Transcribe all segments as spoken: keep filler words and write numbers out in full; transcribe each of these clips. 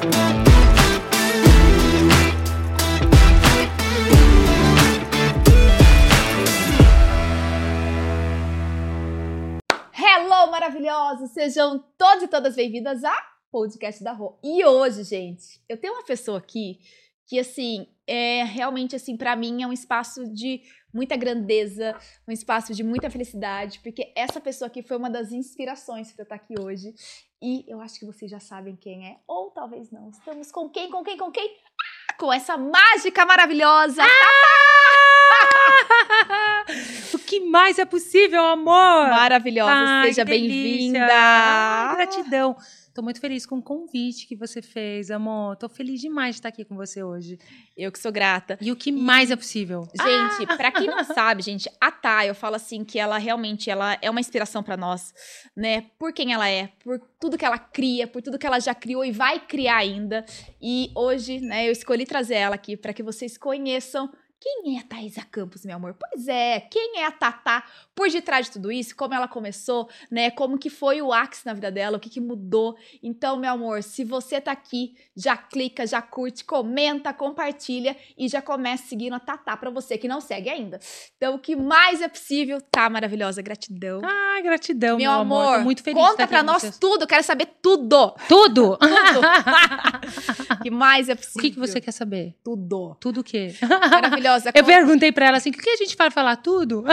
Hello, maravilhosos! Sejam todos e todas bem-vindas ao podcast da Rô. E hoje, gente, eu tenho uma pessoa aqui que, assim, é realmente, assim, pra mim é um espaço de muita grandeza, um espaço de muita felicidade, porque essa pessoa aqui foi uma das inspirações pra eu estar aqui hoje. E eu acho que vocês já sabem quem é, ou talvez não. Estamos com quem, com quem, com quem? Ah, com essa mágica maravilhosa! Ah! O que mais é possível, amor? Maravilhosa, Ai, seja bem-vinda. Ai, gratidão. Tô muito feliz com o convite que você fez, amor. Tô feliz demais de estar aqui com você hoje. Eu que sou grata. E o que mais é possível? Gente, ah! pra quem não sabe, gente, a Thay, eu falo assim que ela realmente ela é uma inspiração pra nós, né? Por quem ela é, por tudo que ela cria, por tudo que ela já criou e vai criar ainda. E hoje, né, eu escolhi trazer ela aqui pra que vocês conheçam quem é a Thaisa Campos, meu amor? Pois é, quem é a Tatá por detrás de tudo isso? Como ela começou, né? Como que foi o Axis na vida dela? O que que mudou? Então, meu amor, se você tá aqui, já clica, já curte, comenta, compartilha e já começa seguindo a Tatá pra você que não segue ainda. Então, o que mais é possível, tá maravilhosa, gratidão. Ai, gratidão, meu, meu amor. amor. Tô muito feliz conta de estar pra aqui nós vocês. tudo, eu quero saber tudo. Tudo? Tudo. O que mais é possível? O que, que você quer saber? Tudo. Tudo o quê? Maravilhosa. Eu perguntei pra ela assim, o que a gente vai falar? Tudo?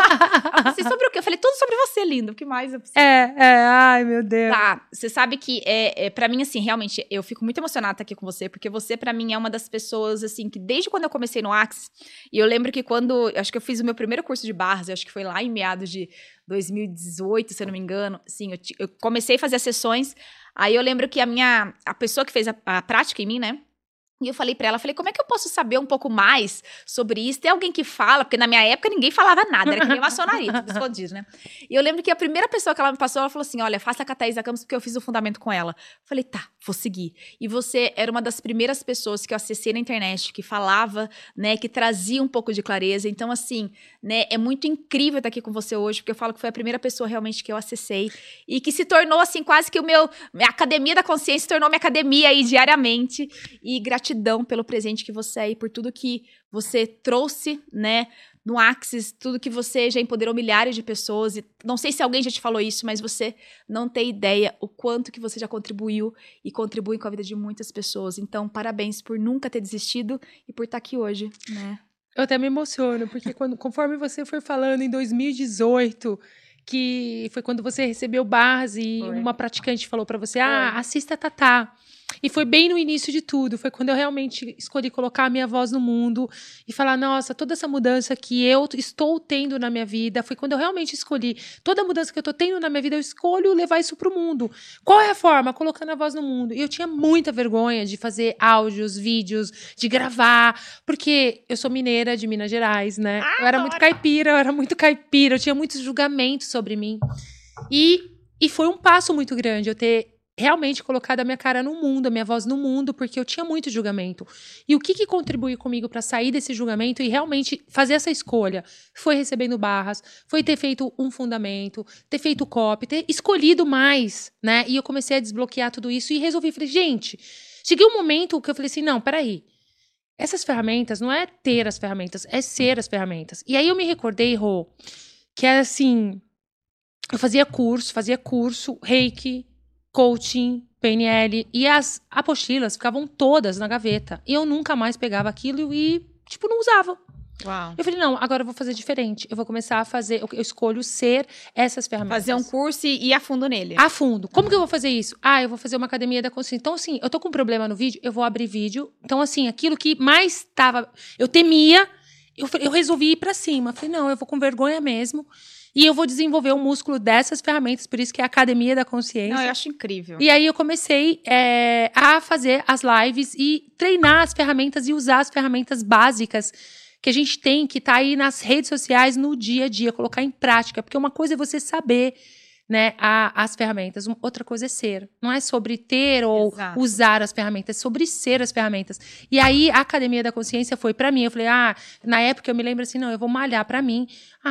Você sobre o quê? Eu falei, tudo sobre você, lindo. O que mais é possível? É, é, ai, meu Deus. Tá, você sabe que, é, é, pra mim, assim, realmente, eu fico muito emocionada de estar aqui com você, porque você, pra mim, é uma das pessoas, assim, que desde quando eu comecei no Axis, e eu lembro que quando, acho que eu fiz o meu primeiro curso de barras, eu acho que foi lá em meados de dois mil e dezoito, se eu não me engano, assim, eu, eu comecei a fazer as sessões, aí eu lembro que a minha, a pessoa que fez a, a prática em mim, né, e eu falei pra ela, falei, como é que eu posso saber um pouco mais sobre isso? Tem alguém que fala? Porque na minha época ninguém falava nada, era que nem maçonaria, tudo escondido, né? E eu lembro que a primeira pessoa que ela me passou, ela falou assim, olha, faça com a Thaisa Campos porque eu fiz o fundamento com ela. Falei, tá, vou seguir. E você era uma das primeiras pessoas que eu acessei na internet, que falava, né, que trazia um pouco de clareza. Então, assim, né, é muito incrível estar aqui com você hoje, porque eu falo que foi a primeira pessoa realmente que eu acessei e que se tornou, assim, quase que o meu, a academia da consciência se tornou minha academia aí diariamente. E gratidão pelo presente que você é e por tudo que você trouxe, né, no Axis, tudo que você já empoderou milhares de pessoas. E não sei se alguém já te falou isso, mas você não tem ideia o quanto que você já contribuiu e contribui com a vida de muitas pessoas. Então, parabéns por nunca ter desistido e por estar aqui hoje, né? Eu até me emociono, porque quando, conforme você foi falando em dois mil e dezoito, que foi quando você recebeu barras e Foi. uma praticante falou pra você, Foi. ah, assista a Tatá. E foi bem no início de tudo, foi quando eu realmente escolhi colocar a minha voz no mundo e falar, nossa, toda essa mudança que eu estou tendo na minha vida, foi quando eu realmente escolhi, toda a mudança que eu estou tendo na minha vida, eu escolho levar isso pro mundo. Qual é a forma? Colocando a voz no mundo. E eu tinha muita vergonha de fazer áudios, vídeos, de gravar, porque eu sou mineira de Minas Gerais, né? Ah, eu era muito caipira, eu era muito caipira, eu tinha muitos julgamentos sobre mim. E, e foi um passo muito grande eu ter realmente colocado a minha cara no mundo, a minha voz no mundo, porque eu tinha muito julgamento. E o que, que contribuiu comigo para sair desse julgamento e realmente fazer essa escolha? Foi recebendo barras, foi ter feito um fundamento, ter feito copy, ter escolhido mais, né? E eu comecei a desbloquear tudo isso e resolvi, falei, gente, cheguei um momento que eu falei assim, não, peraí, essas ferramentas não é ter as ferramentas, é ser as ferramentas. E aí eu me recordei, Rô, que era assim, eu fazia curso, fazia curso, Reiki, coaching, P N L, e as apostilas ficavam todas na gaveta. E eu nunca mais pegava aquilo e, tipo, não usava. Uau. Eu falei, não, agora eu vou fazer diferente. Eu vou começar a fazer, eu escolho ser essas ferramentas. Fazer um curso e ir a fundo nele. A fundo. Como que eu vou fazer isso? Ah, eu vou fazer uma academia da consciência. Então, assim, eu tô com um problema no vídeo, eu vou abrir vídeo. Então, assim, aquilo que mais tava, eu temia, eu, eu resolvi ir pra cima. Eu falei, não, eu vou com vergonha mesmo. E eu vou desenvolver o músculo dessas ferramentas, por isso que é a Academia da Consciência. Não, eu acho incrível. E aí eu comecei é, a fazer as lives e treinar as ferramentas e usar as ferramentas básicas que a gente tem, que tá aí nas redes sociais no dia a dia, colocar em prática. Porque uma coisa é você saber, né, a, as ferramentas, outra coisa é ser. Não é sobre ter ou Exato. usar as ferramentas, é sobre ser as ferramentas. E aí a Academia da Consciência foi pra mim. Eu falei, ah, na época eu me lembro assim, não, eu vou malhar pra mim. Ah,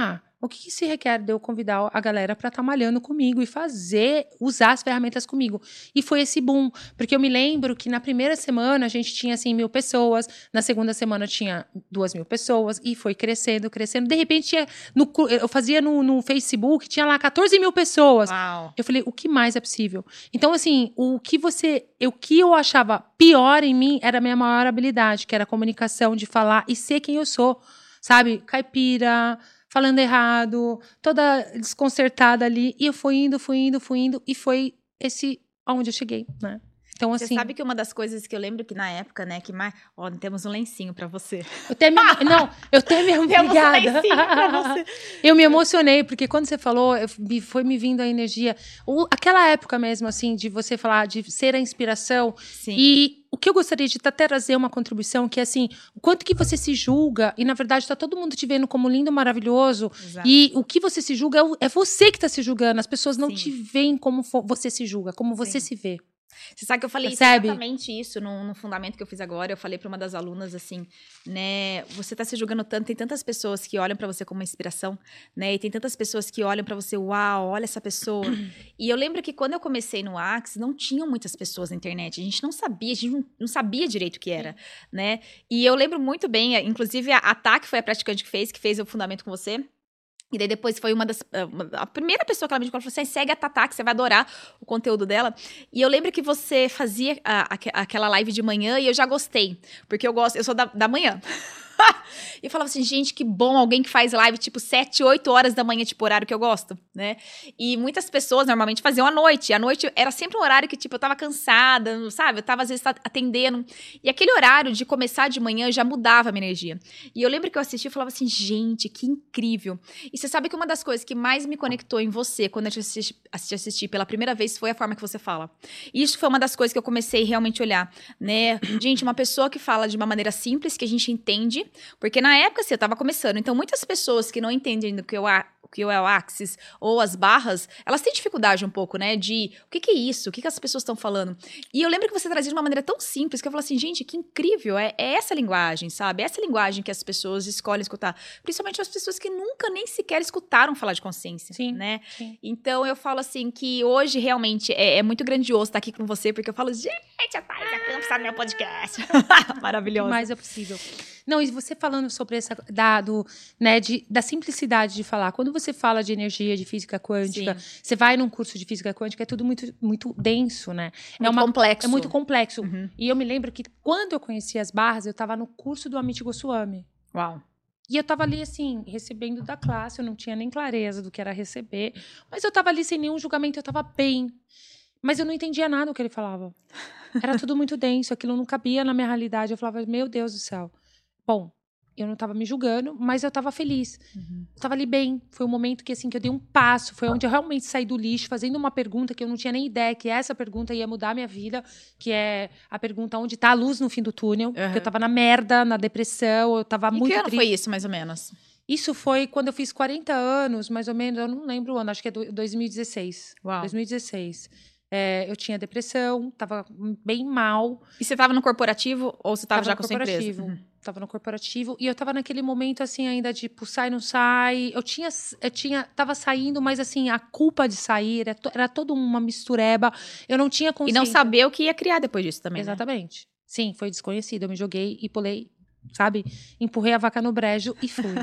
o que, que se requer de eu convidar a galera para estar malhando comigo e fazer, usar as ferramentas comigo? E foi esse boom, porque eu me lembro que na primeira semana a gente tinha, assim, mil pessoas, na segunda semana tinha duas mil pessoas, e foi crescendo, crescendo. De repente, tinha no, eu fazia no, no Facebook, tinha lá quatorze mil pessoas. Uau. Eu falei, o que mais é possível? Então, assim, o que você, o que eu achava pior em mim era a minha maior habilidade, que era a comunicação, de falar e ser quem eu sou, sabe? Caipira, falando errado, toda desconcertada ali. E eu fui indo, fui indo, fui indo. E foi esse aonde eu cheguei, né? Então, Você assim... sabe que uma das coisas que eu lembro que na época, né, que mais... Ó, temos um lencinho pra você. Eu até me... Não, eu até me... Temos Obrigada. um lencinho pra você. Eu me emocionei, porque quando você falou, eu, me, foi me vindo a energia. O, aquela época mesmo, assim, de você falar, de ser a inspiração. Sim. E o que eu gostaria de até trazer uma contribuição, que é assim, o quanto que você se julga, e na verdade tá todo mundo te vendo como lindo, maravilhoso, Exato. e o que você se julga é, é você que tá se julgando, as pessoas não Sim. te veem como você se julga, como você Sim. se vê. Você sabe que eu falei Percebe? exatamente isso no, no fundamento que eu fiz agora. Eu falei para uma das alunas assim, né? Você tá se julgando tanto, tem tantas pessoas que olham para você como uma inspiração, né? E tem tantas pessoas que olham para você, uau, olha essa pessoa. E eu lembro que quando eu comecei no Axe, não tinham muitas pessoas na internet. A gente não sabia, a gente não, não sabia direito o que era, né? E eu lembro muito bem, inclusive a, a Tá, que foi a praticante que fez, que fez o fundamento com você. E daí depois foi uma das... A primeira pessoa que ela me indicou, ela falou assim, segue a Tatá, que você vai adorar o conteúdo dela. E eu lembro que você fazia a, a, aquela live de manhã e eu já gostei. Porque eu gosto, eu sou da, da manhã. E eu falava assim, gente, que bom, alguém que faz live tipo sete, oito horas da manhã, tipo horário que eu gosto, né? E muitas pessoas normalmente faziam à noite. E à noite era sempre um horário que tipo eu tava cansada, sabe? Eu tava às vezes atendendo. E aquele horário de começar de manhã já mudava a minha energia. E eu lembro que eu assisti e falava assim, gente, que incrível. E você sabe que uma das coisas que mais me conectou em você quando eu te assisti, assisti, assisti pela primeira vez foi a forma que você fala. E isso foi uma das coisas que eu comecei realmente a olhar, né? Gente, uma pessoa que fala de uma maneira simples, que a gente entende, porque na época, assim, eu tava começando. Então, muitas pessoas que não entendem do que eu, o que é o Axis ou as barras, elas têm dificuldade um pouco, né? De, o que, que é isso? O que, que as pessoas estão falando? E eu lembro que você trazia de uma maneira tão simples, que eu falei assim, gente, que incrível. É, é essa linguagem, sabe? É essa linguagem que as pessoas escolhem escutar. Principalmente as pessoas que nunca nem sequer escutaram falar de consciência, Sim, né? sim. Então, eu falo assim, que hoje, realmente, é, é muito grandioso estar aqui com você, porque eu falo, gente, a Thaisa Campos tá no meu podcast. Maravilhoso. O que mais é possível. Não, e você falando sobre essa dado, né, de, da simplicidade de falar. Quando você fala de energia, de física quântica, Sim. você vai num curso de física quântica, é tudo muito, muito denso, né? Muito é uma, complexo. É muito complexo. Uhum. E eu me lembro que quando eu conheci as barras, eu estava no curso do Amit Goswami. Uau. E eu estava ali, assim, recebendo da classe, eu não tinha nem clareza do que era receber, mas eu estava ali sem nenhum julgamento, eu estava bem. Mas eu não entendia nada do que ele falava. Era tudo muito denso, aquilo não cabia na minha realidade. Eu falava, meu Deus do céu. Bom, eu não estava me julgando, mas eu estava feliz. Uhum. Eu estava ali bem. Foi um momento que, assim, que eu dei um passo. Foi onde eu realmente saí do lixo, fazendo uma pergunta que eu não tinha nem ideia que essa pergunta ia mudar a minha vida, que é a pergunta onde está a luz no fim do túnel. Uhum. Porque eu estava na merda, na depressão, eu estava muito triste. E que ano triste. foi isso, mais ou menos? Isso foi quando eu fiz quarenta anos, mais ou menos. Eu não lembro o ano, acho que é dois mil e dezesseis. Uau. dois mil e dezesseis. É, eu tinha depressão, estava bem mal. E você estava no corporativo ou você estava já com a sua empresa? Uhum. Tava no corporativo. E eu tava naquele momento, assim, ainda de, tipo, sai, não sai. Eu tinha, eu tinha, tava saindo, mas, assim, a culpa de sair era, to, era toda uma mistureba. Eu não tinha consciência. E não saber o que ia criar depois disso também, Exatamente. Né? Sim, foi desconhecido. Eu me joguei e pulei, sabe? Empurrei a vaca no brejo e fui.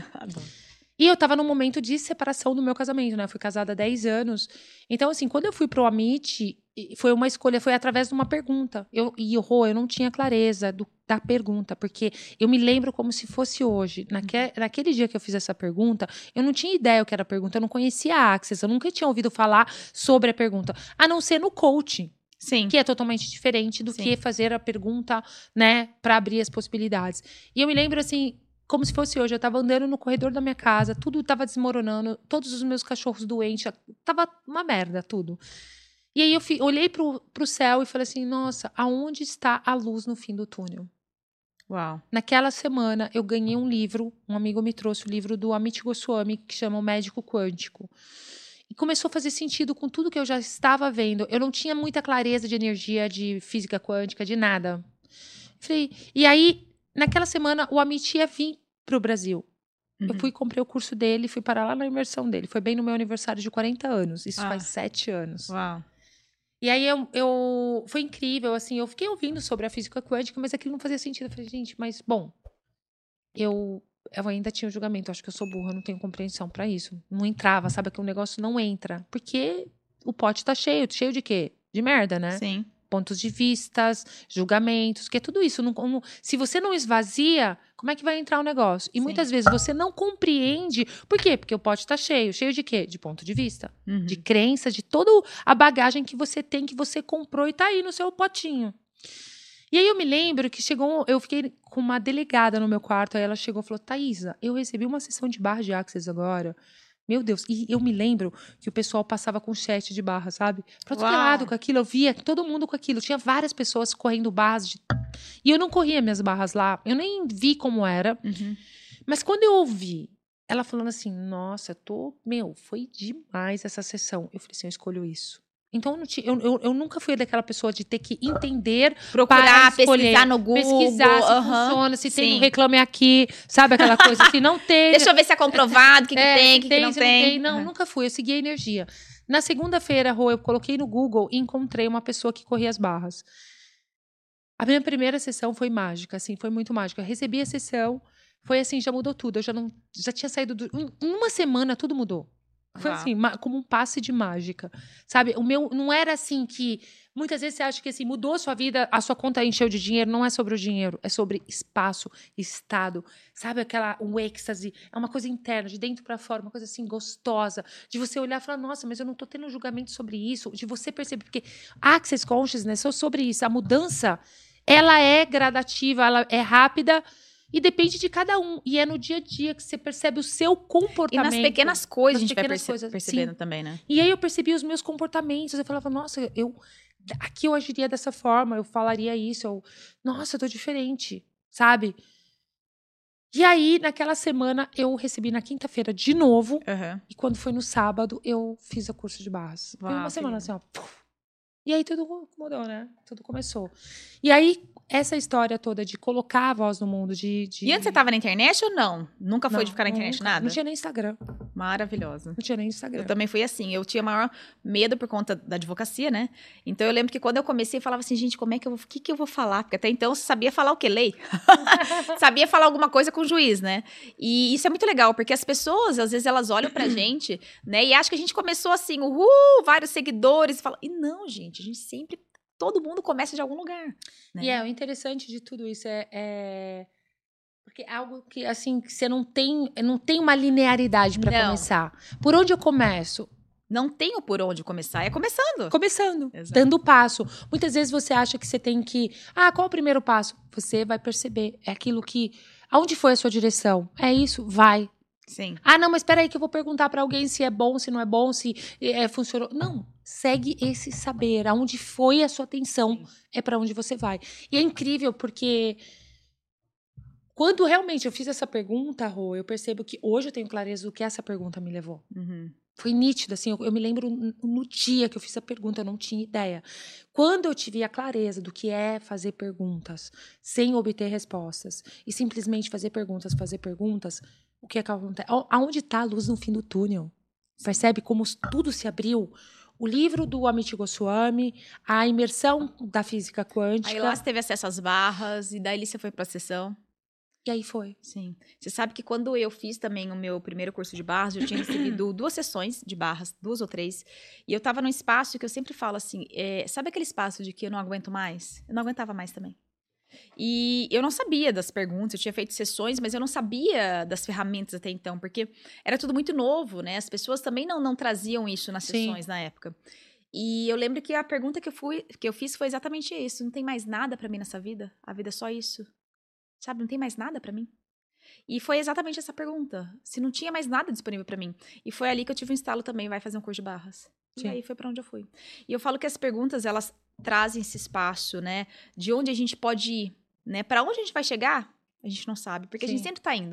E eu tava num momento de separação do meu casamento, né? Eu fui casada há dez anos. Então, assim, quando eu fui pro Amit, foi uma escolha, foi através de uma pergunta. Eu, e, oh, eu não tinha clareza do, da pergunta, porque eu me lembro como se fosse hoje. Naque, naquele dia que eu fiz essa pergunta, eu não tinha ideia o que era a pergunta, eu não conhecia a Access, eu nunca tinha ouvido falar sobre a pergunta, a não ser no coaching. Sim. Que é totalmente diferente do Sim. que fazer a pergunta, né, para abrir as possibilidades. E eu me lembro, assim, como se fosse hoje, eu tava andando no corredor da minha casa, tudo tava desmoronando, todos os meus cachorros doentes, tava uma merda, tudo. E aí eu fi, olhei pro, pro céu e falei assim, nossa, aonde está a luz no fim do túnel? Uau. Naquela semana, eu ganhei um livro, um amigo me trouxe o livro do Amit Goswami, que chama O Médico Quântico. E começou a fazer sentido com tudo que eu já estava vendo. Eu não tinha muita clareza de energia, de física quântica, de nada. Falei, e aí... Naquela semana, o Amit ia vir para o Brasil. Uhum. Eu fui, comprei o curso dele, fui parar lá na imersão dele. Foi bem no meu aniversário de quarenta anos. Isso ah. faz sete anos. Uau. E aí, eu, eu... Foi incrível, assim. Eu fiquei ouvindo sobre a física quântica, mas aquilo não fazia sentido. Eu falei, gente, mas, bom... Eu... Eu ainda tinha o julgamento. Acho que eu sou burra, não tenho compreensão pra isso. Não entrava, sabe? Que o negócio não entra. Porque o pote tá cheio. Cheio de quê? De merda, né? Sim. Pontos de vistas, julgamentos, que é tudo isso. Não, não, se você não esvazia, como é que vai entrar o negócio? E Sim. muitas vezes você não compreende. Por quê? Porque o pote tá cheio. Cheio de quê? De ponto de vista. Uhum. De crença, de toda a bagagem que você tem, que você comprou e tá aí no seu potinho. E aí eu me lembro que chegou, eu fiquei com uma delegada no meu quarto, aí ela chegou e falou, Thaisa, eu recebi uma sessão de barra de Access agora. Meu Deus, e eu me lembro que o pessoal passava com chat de barra, sabe? Pra todo lado com aquilo, eu via todo mundo com aquilo. Tinha várias pessoas correndo barras. De... E eu não corria minhas barras lá, eu nem vi como era. Uhum. Mas quando eu ouvi ela falando assim, nossa, eu tô... Meu, foi demais essa sessão. Eu falei assim, eu escolho isso. Então, eu, não tinha, eu, eu, eu nunca fui daquela pessoa de ter que entender, procurar, pesquisar no Google. Pesquisar se uh-huh, funciona, se sim. tem um reclame aqui, sabe aquela coisa? Se não tem... Deixa eu ver se é comprovado, o que, é, que tem, o que, tem, que não se tem. Não, tem. não uhum. nunca fui, eu segui a energia. Na segunda-feira, Rô, eu coloquei no Google e encontrei uma pessoa que corria as barras. A minha primeira sessão foi mágica, assim, foi muito mágica. Eu recebi a sessão, foi assim, já mudou tudo. Eu já, não, já tinha saído... Do, em uma semana, tudo mudou. Foi assim, como um passe de mágica, sabe? O meu não era assim que... Muitas vezes você acha que assim, mudou a sua vida, a sua conta encheu de dinheiro. Não é sobre o dinheiro, é sobre espaço, estado. Sabe aquela, um êxtase? É uma coisa interna, de dentro para fora, uma coisa assim gostosa. De você olhar e falar, nossa, mas eu não tô tendo julgamento sobre isso. De você perceber, porque Access Consciousness é sobre isso. A mudança, ela é gradativa, ela é rápida... E depende de cada um. E é no dia a dia que você percebe o seu comportamento. E nas pequenas coisas nas a gente vai perce- coisas, percebendo sim. também, né? E aí eu percebi os meus comportamentos. Eu falava, nossa, eu aqui eu agiria dessa forma, eu falaria isso. Eu, nossa, eu tô diferente, sabe? E aí, naquela semana, eu recebi na quinta-feira de novo. Uhum. E quando foi no sábado, eu fiz o curso de barras. Uau, foi uma semana assim, ó. Puf. E aí tudo mudou, né? Tudo começou. E aí, essa história toda de colocar a voz no mundo, de... de... E antes você tava na internet ou não? Nunca foi não, de ficar na internet, nunca. nada? Não tinha nem Instagram. Maravilhosa. Não tinha nem Instagram. Eu também fui assim. Eu tinha maior medo por conta da advocacia, né? Então, eu lembro que quando eu comecei, eu falava assim, gente, como é que eu vou... O que que eu vou falar? Porque até então, eu sabia falar o quê? Lei. Sabia falar alguma coisa com o juiz, né? E isso é muito legal, porque as pessoas, às vezes, elas olham pra gente, né? E acham que a gente começou assim, uhul, vários seguidores. E, fala... e não, gente, a gente sempre... Todo mundo começa de algum lugar. Né? E é, o interessante de tudo isso é, é... Porque é algo que, assim, que você não tem, não tem uma linearidade para começar. Por onde eu começo? Não tenho por onde começar, é começando. Começando, Exato. Dando o passo. Muitas vezes você acha que você tem que... Ah, qual é o primeiro passo? Você vai perceber. É aquilo que... Aonde foi a sua direção? É isso? Vai. Sim. Ah, não, mas espera aí que eu vou perguntar para alguém se é bom, se não é bom, se é, funcionou. Não, segue esse saber. Aonde foi a sua atenção, Sim. é para onde você vai. E é incrível porque quando realmente eu fiz essa pergunta, Rô, eu percebo que hoje eu tenho clareza do que essa pergunta me levou. Uhum. Foi nítido, assim, eu, eu me lembro no dia que eu fiz a pergunta, eu não tinha ideia. Quando eu tive a clareza do que é fazer perguntas sem obter respostas e simplesmente fazer perguntas, fazer perguntas... O que é que acontece? Aonde está a luz no fim do túnel? Percebe como tudo se abriu? O livro do Amit Goswami, a imersão da física quântica. Aí lá você teve acesso às barras, e daí você foi para a sessão. E aí foi. Sim. Você sabe que quando eu fiz também o meu primeiro curso de barras, eu tinha recebido duas sessões de barras, duas ou três. E eu estava num espaço que eu sempre falo assim, é, sabe aquele espaço de que eu não aguento mais? Eu não aguentava mais também. E eu não sabia das perguntas, eu tinha feito sessões, mas eu não sabia das ferramentas até então, porque era tudo muito novo, né? As pessoas também não, não traziam isso nas sessões Sim. na época. E eu lembro que a pergunta que eu, fui, que eu fiz foi exatamente isso. Não tem mais nada pra mim nessa vida? A vida é só isso? Sabe, não tem mais nada pra mim? E foi exatamente essa pergunta. Se não tinha mais nada disponível pra mim. E foi ali que eu tive um estalo também, vai fazer um curso de barras. Sim. E aí foi pra onde eu fui. E eu falo que as perguntas, elas trazem esse espaço, né? De onde a gente pode ir, né? Para onde a gente vai chegar, a gente não sabe, porque Sim. a gente sempre tá indo.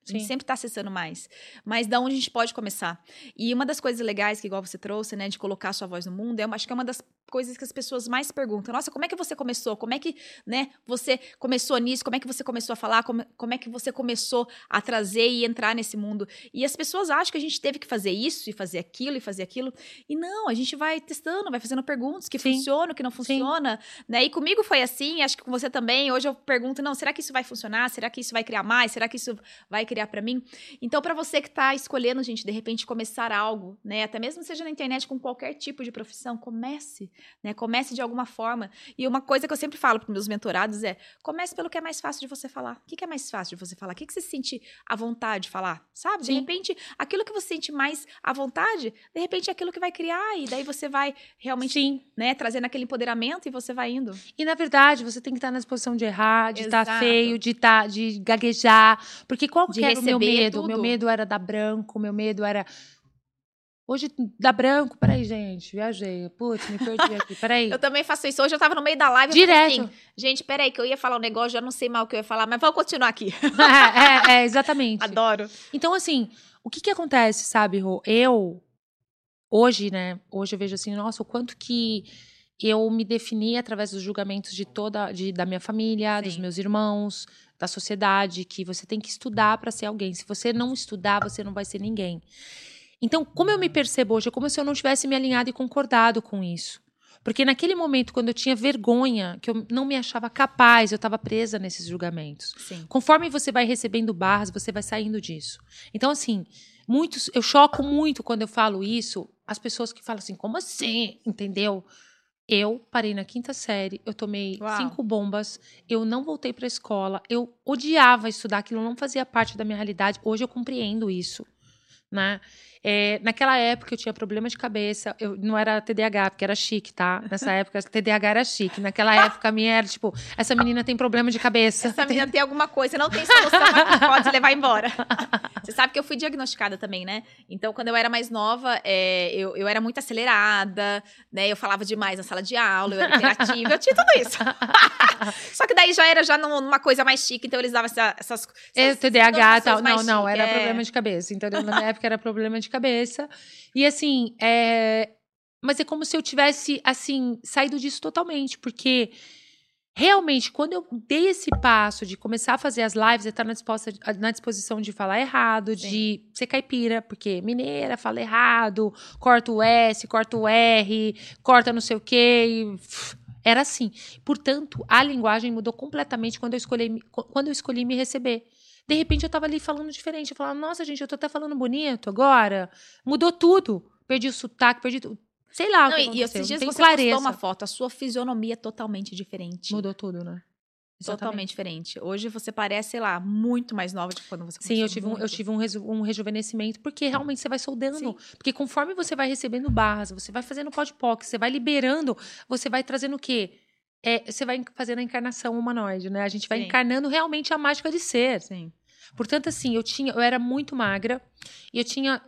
A gente sempre tá acessando mais. Mas da onde a gente pode começar? E uma das coisas legais que, igual você trouxe, né, de colocar a sua voz no mundo, é, acho que é uma das coisas que as pessoas mais perguntam. Nossa, como é que você começou? Como é que, né, você começou nisso? Como é que você começou a falar? Como, como é que você começou a trazer e entrar nesse mundo? E as pessoas acham que a gente teve que fazer isso e fazer aquilo e fazer aquilo. E não, a gente vai testando, vai fazendo perguntas que Sim. funcionam, que não funciona, né? E comigo foi assim, acho que com você também. Hoje eu pergunto, não, será que isso vai funcionar? Será que isso vai criar mais? Será que isso vai criar para mim? Então, para você que tá escolhendo, gente, de repente começar algo, né? Até mesmo seja na internet com qualquer tipo de profissão, comece. Né? Comece de alguma forma. E uma coisa que eu sempre falo para meus mentorados é: comece pelo que é mais fácil de você falar. O que, que é mais fácil de você falar? O que, que você sente à vontade de falar? Sabe? Sim. De repente, aquilo que você sente mais à vontade, de repente é aquilo que vai criar. E daí você vai realmente, Sim. né, trazendo aquele empoderamento e você vai indo. E, na verdade, você tem que estar na disposição de errar, de estar Exato. feio, de, tá, de gaguejar. Porque qual De que era o meu receber medo? O meu tudo. medo era dar branco, o meu medo era... Hoje, dá branco, peraí, gente, viajei. Putz, me perdi aqui, peraí. Eu também faço isso. Hoje eu tava no meio da live e Direto. falei assim, gente, peraí, que eu ia falar um negócio, já não sei mais o que eu ia falar, mas vamos continuar aqui. É, é, é, exatamente. Adoro. Então, assim, o que que acontece, sabe, Rô? Eu, hoje, né, hoje eu vejo assim, nossa, o quanto que eu me defini através dos julgamentos de toda, de, da minha família, Sim. dos meus irmãos, da sociedade, que você tem que estudar para ser alguém. Se você não estudar, você não vai ser ninguém. Então, como eu me percebo hoje, é como se eu não tivesse me alinhado e concordado com isso. Porque naquele momento, quando eu tinha vergonha, que eu não me achava capaz, eu estava presa nesses julgamentos. Sim. Conforme você vai recebendo barras, você vai saindo disso. Então, assim, muitos, eu choco muito quando eu falo isso, as pessoas que falam assim, como assim? Entendeu? Eu parei na quinta série, eu tomei Uau. cinco bombas, eu não voltei para a escola, eu odiava estudar, aquilo não fazia parte da minha realidade. Hoje eu compreendo isso. Né? É, naquela época eu tinha problema de cabeça, eu não era T D A H, porque era chique, tá? Nessa época T D A H era chique. Naquela época a minha era tipo, essa menina tem problema de cabeça. Essa menina tem alguma coisa, não tem solução, mas pode levar embora. Você sabe que eu fui diagnosticada também, né? Então, quando eu era mais nova, é, eu, eu era muito acelerada, né? Eu falava demais na sala de aula, eu era hiperativa, eu tinha tudo isso. Só que daí já era já numa coisa mais chique, então eles davam essa, essas, essas... É, T D A H e tal. Não, não, chique, era é... problema de cabeça. Entendeu? Na minha época era problema de cabeça. E assim, é... mas é como se eu tivesse, assim, saído disso totalmente. Porque, realmente, quando eu dei esse passo de começar a fazer as lives, eu estar na, disposta, na disposição de falar errado, Sim. de ser caipira, porque mineira fala errado, corta o S, corta o R, corta não sei o quê, e... Era assim. Portanto, a linguagem mudou completamente quando eu escolhi, quando eu escolhi me receber. De repente, eu estava ali falando diferente. Eu falava, nossa, gente, eu tô até falando bonito agora. Mudou tudo. Perdi o sotaque, perdi tudo. Sei lá Não, o que e, aconteceu. e esses dias Não tem você clareza. postou uma foto, a sua fisionomia é totalmente diferente. Mudou tudo, né? Exatamente. Totalmente diferente. Hoje você parece, sei lá, muito mais nova de quando você começou. Sim, eu tive, um, eu tive um, reju um rejuvenescimento, porque realmente você vai soldando. Sim. Porque conforme você vai recebendo barras, você vai fazendo podpoc, você vai liberando, você vai trazendo o quê? É, você vai fazendo a encarnação humanoide, né? A gente vai Sim. encarnando realmente a mágica de ser. Sim. Portanto, assim, eu tinha, eu era muito magra e eu tinha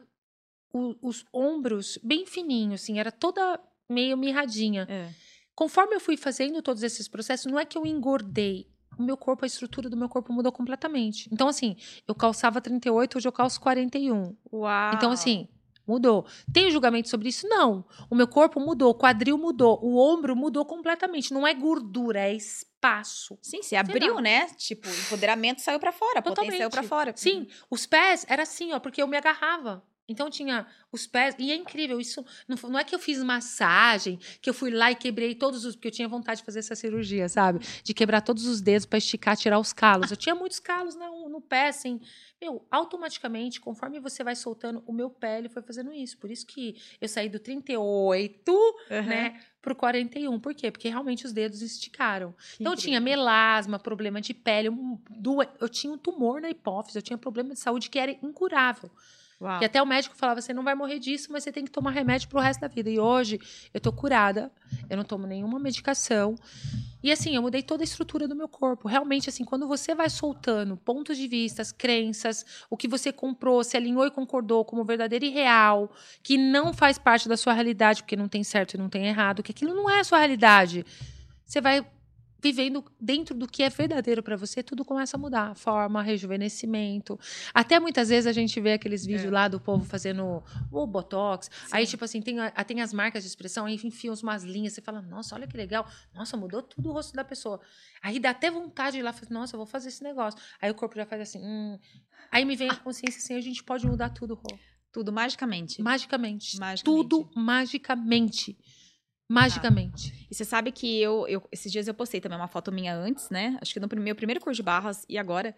o, os ombros bem fininhos, assim, era toda meio mirradinha. É. Conforme eu fui fazendo todos esses processos, não é que eu engordei. O meu corpo, a estrutura do meu corpo mudou completamente. Então, assim, eu calçava trinta e oito, hoje eu calço quarenta e um. Uau! Então, assim, mudou. Tem julgamento sobre isso? Não. O meu corpo mudou, o quadril mudou, o ombro mudou completamente. Não é gordura, é espaço. Sim, se abriu, né? Tipo, o empoderamento saiu pra fora, a potência saiu pra fora. Sim, os pés era assim, ó, porque eu me agarrava. Então, tinha os pés... E é incrível, isso... Não, não é que eu fiz massagem, que eu fui lá e quebrei todos os... Porque eu tinha vontade de fazer essa cirurgia, sabe? De quebrar todos os dedos para esticar, tirar os calos. Eu tinha muitos calos no, no pé, assim... Meu, automaticamente, conforme você vai soltando, o meu pé, ele foi fazendo isso. Por isso que eu saí do trinta e oito, uhum. né, pro quarenta e um. Por quê? Porque realmente os dedos esticaram. Que então, incrível. Eu tinha melasma, problema de pele, um, do, eu tinha um tumor na hipófise, eu tinha problema de saúde que era incurável. Uau. Que até o médico falava, você não vai morrer disso, mas você tem que tomar remédio pro resto da vida. E hoje, eu tô curada, eu não tomo nenhuma medicação. E assim, eu mudei toda a estrutura do meu corpo. Realmente, assim, quando você vai soltando pontos de vista, crenças, o que você comprou, se alinhou e concordou como verdadeiro e real, que não faz parte da sua realidade, porque não tem certo e não tem errado, que aquilo não é a sua realidade. Você vai vivendo dentro do que é verdadeiro para você, tudo começa a mudar. Forma, rejuvenescimento. Até muitas vezes a gente vê aqueles vídeos é. lá do povo fazendo o Botox. Sim. Aí, tipo assim, tem, tem as marcas de expressão, aí enfiam umas linhas, você fala, nossa, olha que legal. Nossa, mudou tudo o rosto da pessoa. Aí dá até vontade de ir lá, nossa, eu vou fazer esse negócio. Aí o corpo já faz assim, hum. Aí me vem a consciência assim, a gente pode mudar tudo, Rô. Tudo, magicamente. Magicamente. Magicamente. Tudo magicamente. Magicamente. Ah. E você sabe que eu, eu, esses dias eu postei também uma foto minha antes, né? Acho que no meu primeiro curso de barras e agora.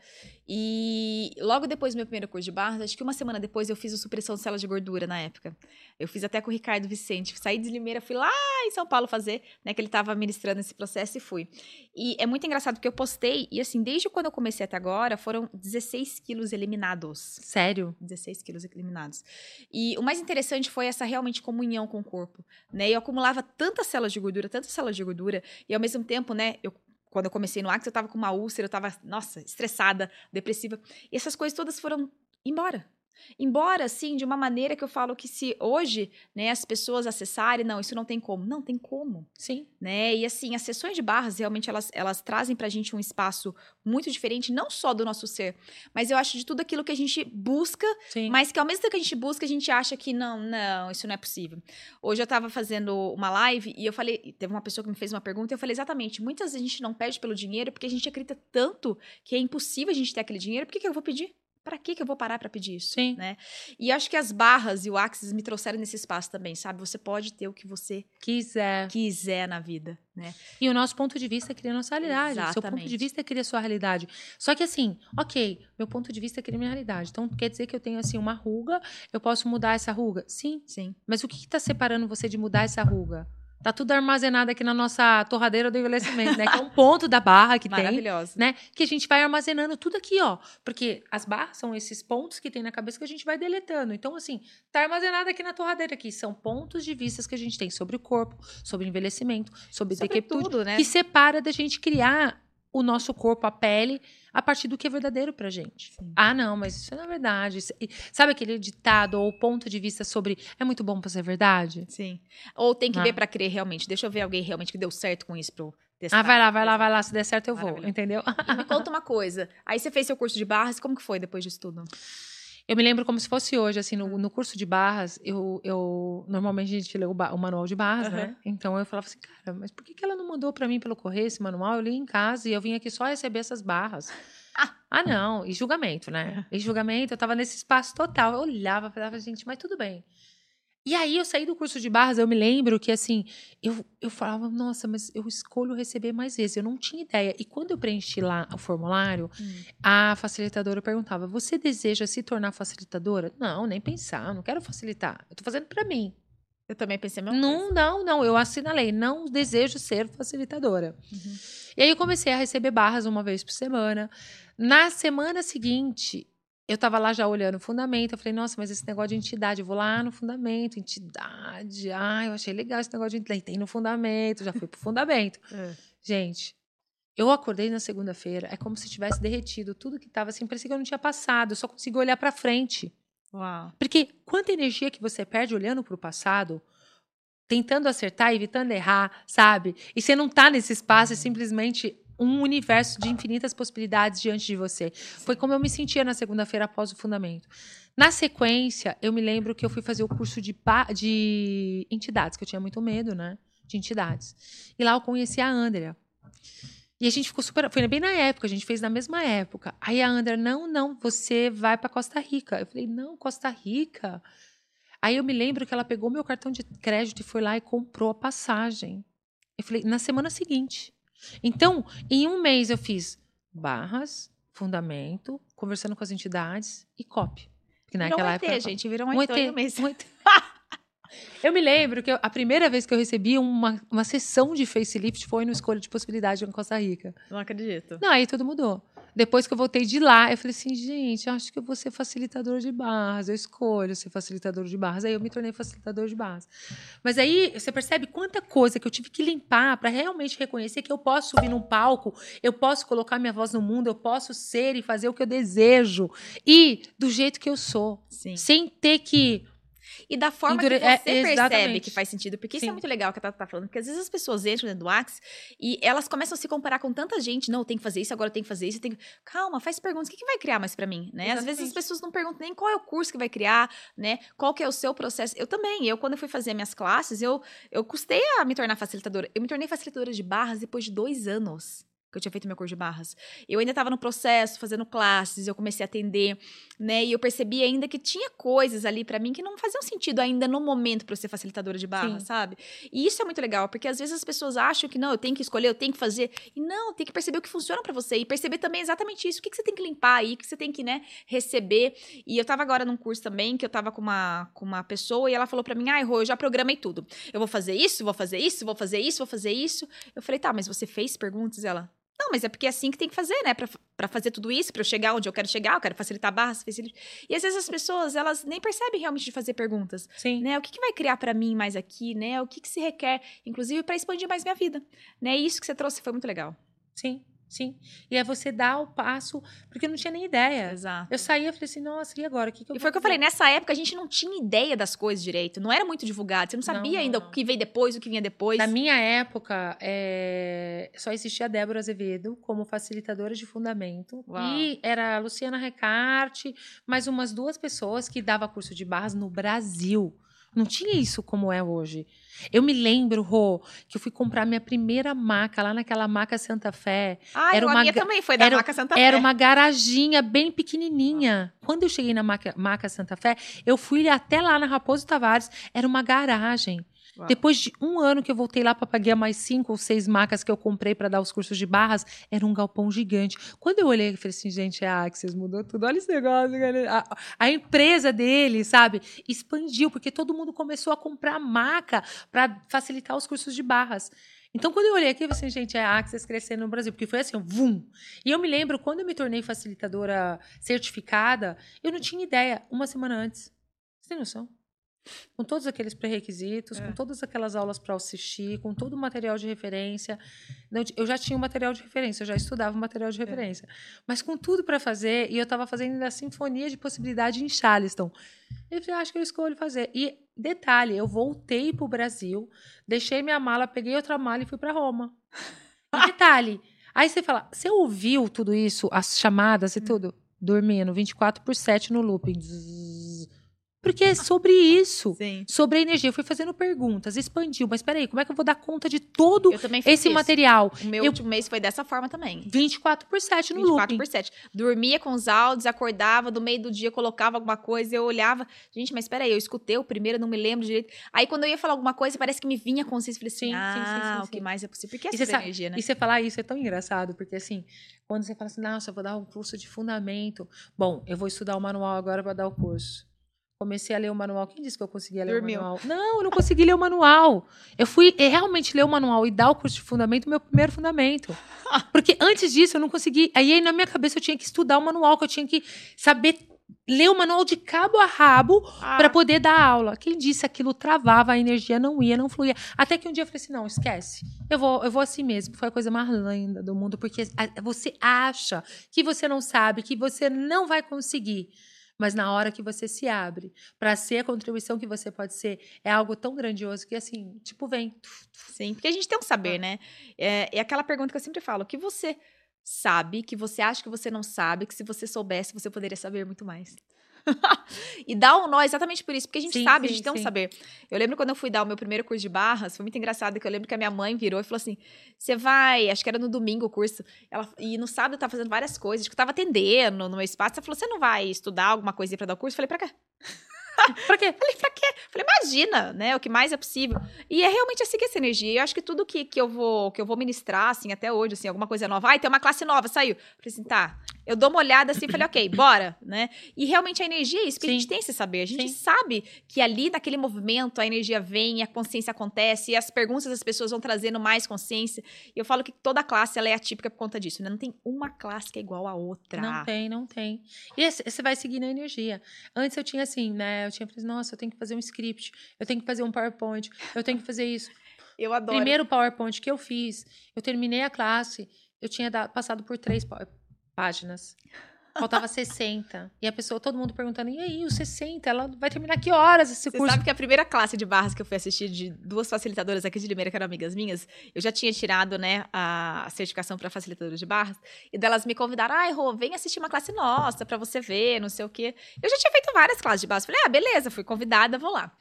E logo depois do meu primeiro curso de barras, acho que uma semana depois eu fiz a supressão de células de gordura na época. Eu fiz até com o Ricardo Vicente. Saí de Limeira, fui lá em São Paulo fazer, né? Que ele tava ministrando esse processo e fui. E é muito engraçado porque eu postei, e assim, desde quando eu comecei até agora, foram dezesseis quilos eliminados. Sério? dezesseis quilos eliminados. E o mais interessante foi essa realmente comunhão com o corpo, né? Eu acumulava tantas células de gordura, tantas células de gordura, e ao mesmo tempo, né, eu, quando eu comecei no Axis, eu tava com uma úlcera, eu tava, nossa, estressada, depressiva, e essas coisas todas foram embora. Embora, assim, de uma maneira que eu falo que se hoje, né, as pessoas acessarem, não, isso não tem como. Não, tem como. Sim. Né? E assim, as sessões de barras, realmente, elas, elas trazem pra gente um espaço muito diferente, não só do nosso ser, mas eu acho de tudo aquilo que a gente busca, Sim. mas que ao mesmo tempo que a gente busca, a gente acha que não, não, isso não é possível. Hoje eu tava fazendo uma live e eu falei, teve uma pessoa que me fez uma pergunta e eu falei exatamente, muitas vezes a gente não pede pelo dinheiro porque a gente acredita tanto que é impossível a gente ter aquele dinheiro, por que que eu vou pedir? Pra que que eu vou parar pra pedir isso? Sim. Né? E acho que as barras e o Axis me trouxeram nesse espaço também, sabe? Você pode ter o que você quiser, quiser na vida, né? E o nosso ponto de vista cria a nossa realidade. Exatamente. Seu ponto de vista cria a sua realidade. Só que assim, ok, meu ponto de vista cria a minha realidade. Então, quer dizer que eu tenho assim uma ruga, eu posso mudar essa ruga? Sim. Sim. Mas o que está separando você de mudar essa ruga? Tá tudo armazenado aqui na nossa torradeira do envelhecimento, né? Que é um ponto da barra que tem, né? Que a gente vai armazenando tudo aqui, ó. Porque as barras são esses pontos que tem na cabeça que a gente vai deletando. Então, assim, tá armazenado aqui na torradeira aqui. São pontos de vistas que a gente tem sobre o corpo, sobre o envelhecimento, sobre, sobre decrepitude, tudo, né? Que separa da gente criar o nosso corpo, a pele, a partir do que é verdadeiro pra gente. Sim. Ah, não, mas isso não é verdade. Isso... Sabe aquele ditado ou ponto de vista sobre é muito bom pra ser verdade? Sim. Ou tem que ah. ver pra crer realmente. Deixa eu ver alguém realmente que deu certo com isso pra eu testar. Ah, vai lá, vai lá, vai lá. Se der certo, eu vou. Entendeu? E me conta uma coisa. Aí você fez seu curso de barras. Como que foi depois disso tudo? Eu me lembro como se fosse hoje, assim, no, no curso de barras, eu, eu normalmente a gente lê o, o manual de barras, uhum. né? Então eu falava assim, cara, mas por que, que ela não mandou pra mim pelo correio esse manual? Eu li em casa e eu vim aqui só receber essas barras. Ah, ah não, e julgamento, né? E julgamento, eu tava nesse espaço total. Eu olhava, falava, gente, mas tudo bem. E aí eu saí do curso de barras, eu me lembro que assim, eu, eu falava, nossa, mas eu escolho receber mais vezes, eu não tinha ideia. E quando eu preenchi lá o formulário, hum. a facilitadora perguntava, você deseja se tornar facilitadora? Não, nem pensar, não quero facilitar, eu tô fazendo pra mim. Eu também pensei a mesma não, coisa. Não, não, eu assinalei, não desejo ser facilitadora. Uhum. E aí eu comecei a receber barras uma vez por semana. Na semana seguinte... Eu tava lá já olhando o fundamento, eu falei, nossa, mas esse negócio de entidade, eu vou lá no fundamento, entidade, ah, eu achei legal esse negócio de entidade, tem no fundamento, já fui pro fundamento. É. Gente, eu acordei na segunda-feira, é como se tivesse derretido tudo que tava assim, parecia que eu não tinha passado, eu só consegui olhar pra frente. Uau. Porque quanta energia que você perde olhando pro passado, tentando acertar, evitando errar, sabe? E você não tá nesse espaço, é simplesmente... um universo de infinitas possibilidades diante de você. Foi como eu me sentia na segunda-feira após o fundamento. Na sequência, eu me lembro que eu fui fazer o curso de, de entidades, que eu tinha muito medo, né? De entidades. E lá eu conheci a Andrea. E a gente ficou super... Foi bem na época, a gente fez na mesma época. Aí a Andrea, não, não, você vai para Costa Rica. Eu falei, não, Costa Rica? Aí eu me lembro que ela pegou meu cartão de crédito e foi lá e comprou a passagem. Eu falei, na semana seguinte... Então, em um mês eu fiz barras, fundamento, conversando com as entidades e copy. Que naquela um época, E T, gente, virou um, um E T no mês. Um E T. Eu me lembro que eu, a primeira vez que eu recebi uma, uma sessão de facelift foi no Escolha de Possibilidade em Costa Rica. Não acredito. Não, aí tudo mudou. Depois que eu voltei de lá, eu falei assim, gente, eu acho que eu vou ser facilitador de barras, eu escolho ser facilitador de barras. Aí eu me tornei facilitador de barras. Mas aí você percebe quanta coisa que eu tive que limpar para realmente reconhecer que eu posso subir num palco, eu posso colocar minha voz no mundo, eu posso ser e fazer o que eu desejo. E do jeito que eu sou. Sim. Sem ter que E da forma Endure- que você é, percebe exatamente. que faz sentido. Porque isso Sim. é muito legal que a Tata tá falando. Porque às vezes as pessoas entram dentro do Axis e elas começam a se comparar com tanta gente. Não, eu tenho que fazer isso, agora eu tenho que fazer isso. Eu tenho que... Calma, faz perguntas. O que, que vai criar mais pra mim? Né? Às vezes as Exatamente. pessoas não perguntam nem qual é o curso que vai criar, né? Qual que é o seu processo. Eu também. Eu, quando eu fui fazer minhas classes, eu, eu custei a me tornar facilitadora. Eu me tornei facilitadora de barras depois de dois anos que eu tinha feito meu curso de barras. Eu ainda estava no processo, fazendo classes, eu comecei a atender, né? E eu percebi ainda que tinha coisas ali pra mim que não faziam sentido ainda no momento pra eu ser facilitadora de barras, Sim. sabe? E isso é muito legal, porque às vezes as pessoas acham que não, eu tenho que escolher, eu tenho que fazer. E não, tem que perceber o que funciona pra você. E perceber também exatamente isso. O que, que você tem que limpar aí, o que você tem que, né, receber. E eu tava agora num curso também, que eu tava com uma, com uma pessoa, e ela falou pra mim, ai, Rô, eu já programei tudo. Eu vou fazer isso, vou fazer isso, vou fazer isso, vou fazer isso. Eu falei, tá, mas você fez perguntas? Ela... Não, mas é porque é assim que tem que fazer, né? Pra, pra fazer tudo isso, pra eu chegar onde eu quero chegar, eu quero facilitar barras, facilitar... E às vezes as pessoas, elas nem percebem realmente de fazer perguntas. Sim. Né? O que, que vai criar pra mim mais aqui, né? O que, que se requer, inclusive, pra expandir mais minha vida. Né? E isso que você trouxe foi muito legal. Sim, sim. E é você dar o passo, porque eu não tinha nem ideia. Exato. Eu saía e falei assim, nossa, e agora? O que, que eu E vou foi o que eu fazer? falei, nessa época a gente não tinha ideia das coisas direito. Não era muito divulgado. Você não sabia Não, não, ainda não. o que veio depois, o que vinha depois. Na minha época, é, só existia a Débora Azevedo como facilitadora de fundamento. Uau. E era a Luciana Recarte, mais umas duas pessoas que dava curso de barras no Brasil. Não tinha isso como é hoje. Eu me lembro, Rô, que eu fui comprar minha primeira maca lá naquela maca Santa Fé. Ah, Era a uma minha ga- também foi da era- Maca Santa Era Fé. uma garaginha bem pequenininha. Quando eu cheguei na maca, maca Santa Fé, eu fui até lá na Raposo Tavares. Era uma garagem. Uau. Depois de um ano que eu voltei lá para pagar mais cinco ou seis macas que eu comprei para dar os cursos de barras, era um galpão gigante. Quando eu olhei, eu falei assim, gente, a Axis mudou tudo. Olha esse negócio. A, a empresa dele, sabe, expandiu, porque todo mundo começou a comprar maca para facilitar os cursos de barras. Então, quando eu olhei aqui, eu falei assim, gente, é a Axis crescendo no Brasil, porque foi assim, vum. E eu me lembro, quando eu me tornei facilitadora certificada, eu não tinha ideia, uma semana antes. Você tem noção? Com todos aqueles pré-requisitos, É. com todas aquelas aulas para assistir, com todo o material de referência. Eu já tinha o material de referência, eu já estudava o material de referência. É. Mas com tudo para fazer, e eu estava fazendo a Sinfonia de Possibilidade em Charleston. Eu falei, acho que eu escolho fazer. E, detalhe, eu voltei para o Brasil, deixei minha mala, peguei outra mala e fui para Roma. E detalhe, aí você fala, você ouviu tudo isso, as chamadas e hum. tudo? Dormindo, vinte e quatro por sete no looping. Zzz. Porque é sobre isso, Sim. sobre a energia. Eu fui fazendo perguntas, expandiu. Mas peraí, como é que eu vou dar conta de todo esse isso. material? O meu eu... último mês foi dessa forma também. vinte e quatro por sete no vinte e quatro looping. por sete. Dormia com os áudios, acordava, do meio do dia colocava alguma coisa, eu olhava. Gente, mas peraí, eu escutei o primeiro, não me lembro direito. Aí quando eu ia falar alguma coisa, parece que me vinha a consciência. Falei assim, sim, ah, sim, sim, sim, o que sim. mais é possível? Porque é e sobre sabe, energia, né? E você falar isso é tão engraçado, porque assim, quando você fala assim, nossa, eu vou dar um curso de fundamento. Bom, eu vou estudar o manual agora para dar o curso. Comecei a ler o manual. Quem disse que eu conseguia ler Dormiu. o manual? Não, eu não consegui ler o manual. Eu fui realmente ler o manual e dar o curso de fundamento, meu primeiro fundamento. Porque antes disso eu não consegui. Aí na minha cabeça eu tinha que estudar o manual, que eu tinha que saber ler o manual de cabo a rabo ah. para poder dar aula. Quem disse aquilo travava, a energia não ia, não fluía. Até que um dia eu falei assim, não, esquece. Eu vou, eu vou assim mesmo. Foi a coisa mais linda do mundo, porque você acha que você não sabe, que você não vai conseguir. Mas na hora que você se abre para ser a contribuição que você pode ser, é algo tão grandioso que, assim, tipo, vem. Sim, porque a gente tem um saber, né? É, é aquela pergunta que eu sempre falo, o que você sabe, que você acha que você não sabe, que se você soubesse, você poderia saber muito mais. E dá um nó exatamente por isso, porque a gente sim, sabe, sim, a gente tem sim. um saber. Eu lembro quando eu fui dar o meu primeiro curso de barras, foi muito engraçado, que eu lembro que a minha mãe virou e falou assim, você vai, acho que era no domingo o curso, ela, e no sábado eu tava fazendo várias coisas, que eu tava atendendo no meu espaço, ela falou, você não vai estudar alguma coisinha pra dar o curso? Eu falei, pra quê? Pra quê? Falei, pra quê? Falei, imagina, né? O que mais é possível. E é realmente assim que essa energia. Eu acho que tudo que, que, eu vou, que eu vou ministrar, assim, até hoje, assim, alguma coisa nova. Ai, tem uma classe nova, saiu. Falei assim, tá. Eu dou uma olhada assim e falei, ok, bora, né? E realmente a energia é isso, porque Sim. a gente tem esse saber. A gente Sim. sabe que ali, naquele movimento, a energia vem, a consciência acontece, e as perguntas das pessoas vão trazendo mais consciência. E eu falo que toda classe, ela é atípica por conta disso, né? Não tem uma classe que é igual a outra. Não tem, não tem. E você vai seguir na energia. Antes eu tinha assim, né? Eu tinha falado, nossa, eu tenho que fazer um script, eu tenho que fazer um PowerPoint, eu tenho que fazer isso. Eu adoro. Primeiro PowerPoint que eu fiz, eu terminei a classe, eu tinha dado, passado por três PowerPoints. Páginas. Faltava sessenta. E a pessoa, todo mundo perguntando, e aí, os sessenta? Ela vai terminar que horas esse Você curso? sabe que a primeira classe de barras que eu fui assistir de duas facilitadoras aqui de Limeira, que eram amigas minhas, eu já tinha tirado, né, a certificação para facilitadora de barras, e delas me convidaram, ai, Rô, vem assistir uma classe nossa pra você ver, não sei o quê. Eu já tinha feito várias classes de barras. Falei, ah, beleza, fui convidada, vou lá.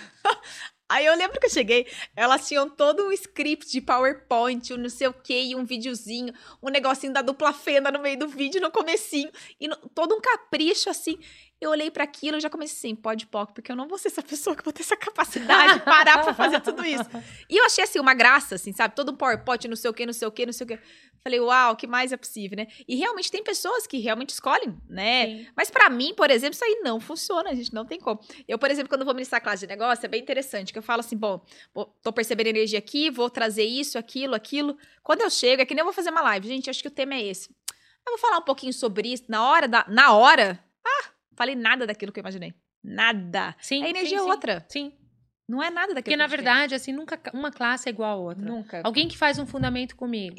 Aí eu lembro que eu cheguei, elas tinham todo um script de PowerPoint, um não sei o quê, e um videozinho, um negocinho da dupla fenda no meio do vídeo, no comecinho, e no, todo um capricho, assim. Eu olhei para aquilo e já comecei assim, pode poc, porque eu não vou ser essa pessoa que vou ter essa capacidade de parar pra fazer tudo isso. E eu achei, assim, uma graça, assim, sabe? Todo um PowerPoint, não sei o quê, não sei o quê, não sei o quê. Falei, uau, o que mais é possível, né? E realmente tem pessoas que realmente escolhem, né? Sim. Mas para mim, por exemplo, isso aí não funciona, a gente não tem como. Eu, por exemplo, quando vou ministrar classe de negócio, é bem interessante, que eu falo assim, bom, tô percebendo energia aqui, vou trazer isso, aquilo, aquilo. Quando eu chego, é que nem eu vou fazer uma live. Gente, acho que o tema é esse. Eu vou falar um pouquinho sobre isso. Na hora, da, na hora, ah, falei nada daquilo que eu imaginei. Nada. Sim, a energia sim, é outra. Sim. Não é nada daquilo Porque, que na a gente verdade, assim, nunca uma classe é igual a outra. Nunca. Alguém que faz um fundamento comigo,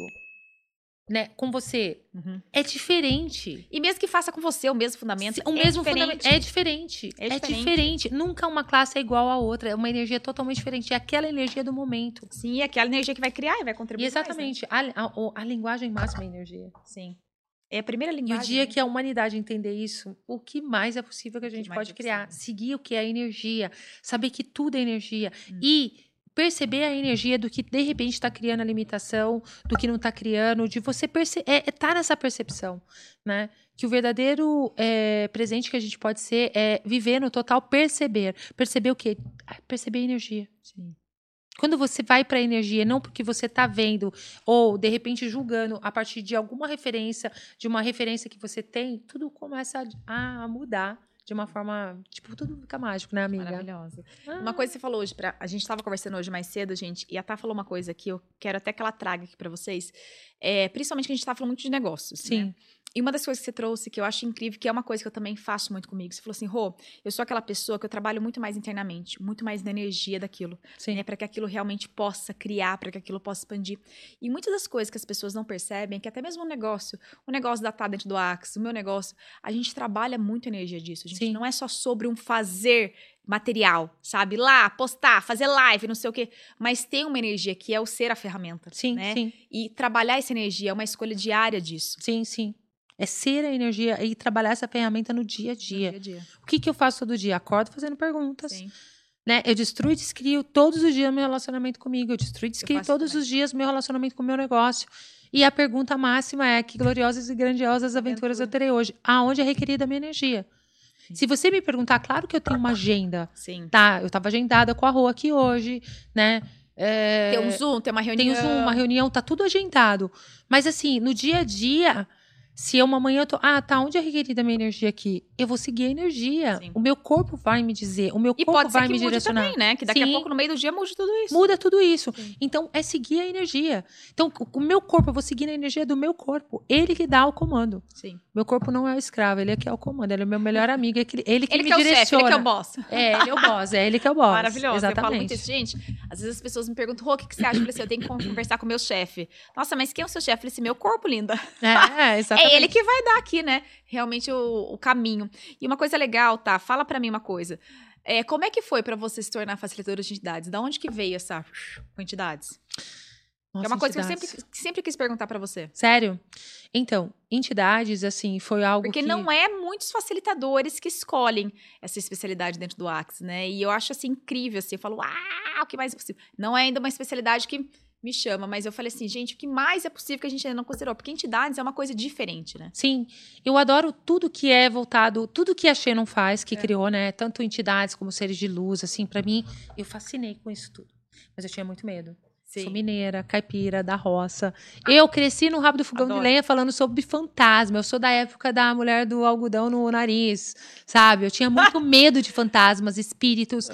né, com você, Uhum. é diferente. E mesmo que faça com você o mesmo fundamento, O é mesmo diferente. fundamento é diferente. É É diferente. diferente. Nunca uma classe é igual à outra. É uma energia totalmente diferente. É aquela energia do momento. Sim, é aquela energia que vai criar e vai E contribuir exatamente. A, a, o- a linguagem máxima é energia. mais, né? Sim. É a primeira E linguagem. o dia né? que a humanidade entender isso, o que mais é possível que a O que gente mais pode é criar? possível. Seguir o que é energia. Saber que tudo é energia. Hum. E perceber a energia do que de repente está criando a limitação, do que não está criando, de você perce é, é tá nessa percepção, né? Que o verdadeiro é, presente que a gente pode ser é viver no total perceber. Perceber o quê? Ah, perceber a energia. Sim. Quando você vai para a energia, não porque você está vendo ou de repente julgando a partir de alguma referência, de uma referência que você tem, tudo começa a, a mudar de uma forma, tipo, tudo fica mágico, né, amiga? Maravilhosa. Ah. Uma coisa que você falou hoje, pra, a gente estava conversando hoje mais cedo, gente, e a Tá falou uma coisa que eu quero até que ela traga aqui para vocês, é, principalmente que a gente tá falando muito de negócios, Sim. né? E uma das coisas que você trouxe, que eu acho incrível, que é uma coisa que eu também faço muito comigo, você falou assim, Rô, eu sou aquela pessoa que eu trabalho muito mais internamente, muito mais na energia daquilo, Sim. né, para que aquilo realmente possa criar, para que aquilo possa expandir. E muitas das coisas que as pessoas não percebem, é que até mesmo o negócio, o negócio da Tá dentro do Axis, o meu negócio, a gente trabalha muito a energia disso, a gente Sim. não é só sobre um fazer material, sabe? Lá, postar, fazer live, não sei o quê, mas tem uma energia que é o ser a ferramenta, Sim, né? sim. E trabalhar essa energia é uma escolha diária disso. Sim, sim. É ser a energia e trabalhar essa ferramenta no dia a dia. No dia, a dia. O que, que eu faço todo dia? Acordo fazendo perguntas. Sim. Né? Eu destruo e descrio todos os dias meu relacionamento comigo. Eu destruo e descrio faço todos também. os dias meu relacionamento com o meu negócio. E a pergunta máxima é: que gloriosas e grandiosas aventuras eu terei hoje? Aonde é requerida a minha energia? Sim. Se você me perguntar, claro que eu tenho uma agenda. Sim. Tá, eu estava agendada com a Rô aqui hoje, né? É, Tem um Zoom, tem uma tem reunião. o Zoom, uma reunião, tá tudo agendado. Mas assim, no dia a dia, se eu uma manhã eu tô, ah, tá, onde é requerida a minha energia aqui? Eu vou seguir a energia. Sim. O meu corpo vai me dizer, o meu E corpo pode ser vai que me mude direcionar. também, né? Que daqui Sim. a pouco, no meio do dia, mude tudo isso. Muda tudo isso. Sim. Então, é seguir a energia. Então, o meu corpo, eu vou seguir a energia do meu corpo. Ele que dá o comando. Sim. Meu corpo não é o escravo, ele é que é o comando. Ele é o meu melhor amigo, é que- ele que Ele me que é o chefe, direciona. ele que é o boss. É, ele é o boss, é ele que é o boss. Maravilhoso. Exatamente. Eu falo muito isso, gente. Às vezes as pessoas me perguntam, Rô, o que, que você acha? Eu falei assim, eu tenho que conversar com o meu chefe. Nossa, mas quem é o seu chefe? Eu falei assim, meu corpo, linda. É, exatamente. É ele que vai dar aqui, né? Realmente o, o caminho. E uma coisa legal, tá? Fala pra mim uma coisa. É, como é que foi pra você se tornar facilitadora de entidades? Da onde que veio essa com entidades? Nossa, é uma coisa entidades. que eu sempre, sempre quis perguntar pra você. Sério? Então, entidades, assim, foi algo Porque que... não é muitos facilitadores que escolhem essa especialidade dentro do Axis, né? E eu acho, assim, incrível, assim. Eu falo, ah, o que mais é possível? Não é ainda uma especialidade que me chama, mas eu falei assim, gente, o que mais é possível que a gente ainda não considerou? Porque entidades é uma coisa diferente, né? Sim, eu adoro tudo que é voltado, tudo que a Xenon faz, que É. criou, né? Tanto entidades como seres de luz, assim, pra mim, eu fascinei com isso tudo. Mas eu tinha muito medo. Sou mineira, caipira, da roça. Eu cresci no rabo do fogão Adoro. de lenha falando sobre fantasma. Eu sou da época da mulher do algodão no nariz, sabe? Eu tinha muito medo de fantasmas, espíritos.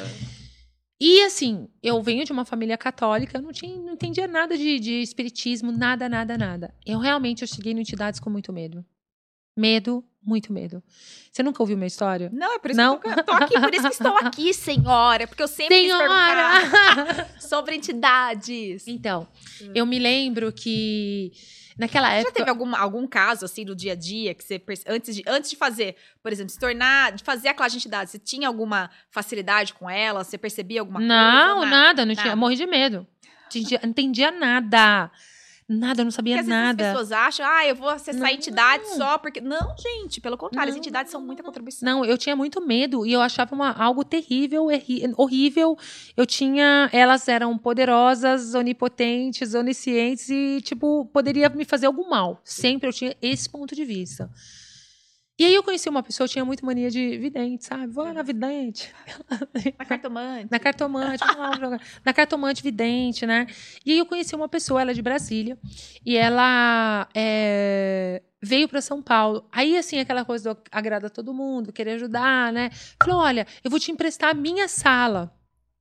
E assim, eu venho de uma família católica, eu não, tinha, não entendia nada de, de espiritismo, nada, nada, nada. Eu realmente eu cheguei em entidades com muito medo. Medo, muito medo. Você nunca ouviu minha história? Não, é por isso Não? que eu tô aqui, por isso que estou aqui, senhora. Porque eu sempre quis Senhora! perguntar sobre entidades. Então, eu me lembro que naquela Já época... teve algum, algum caso, assim, no dia a dia, que você, perce- antes de, antes de fazer, por exemplo, se tornar, de fazer aquela entidade, você tinha alguma facilidade com ela? Você percebia alguma Não, coisa? nada, não tinha, Nada. morri de medo. Entendia- Não entendia nada. Nada, eu não sabia Porque às vezes nada. as pessoas acham, ah, eu vou acessar a Não. entidade só porque... Não, gente, pelo contrário, as Não, entidades são muita contribuição. Não, eu tinha muito medo e eu achava uma, algo terrível, erri- horrível. Eu tinha, elas eram poderosas, onipotentes, oniscientes e, tipo, poderia me fazer algum mal. Sempre eu tinha esse ponto de vista. E aí eu conheci uma pessoa, eu tinha muito mania de vidente, sabe? Vou lá na vidente. Na cartomante. Na cartomante, vamos lá jogar. Na cartomante vidente, né? E aí eu conheci uma pessoa, ela é de Brasília, e ela é, veio para São Paulo. Aí, assim, aquela coisa do agrada a todo mundo, querer ajudar, né? Falou, olha, eu vou te emprestar a minha sala.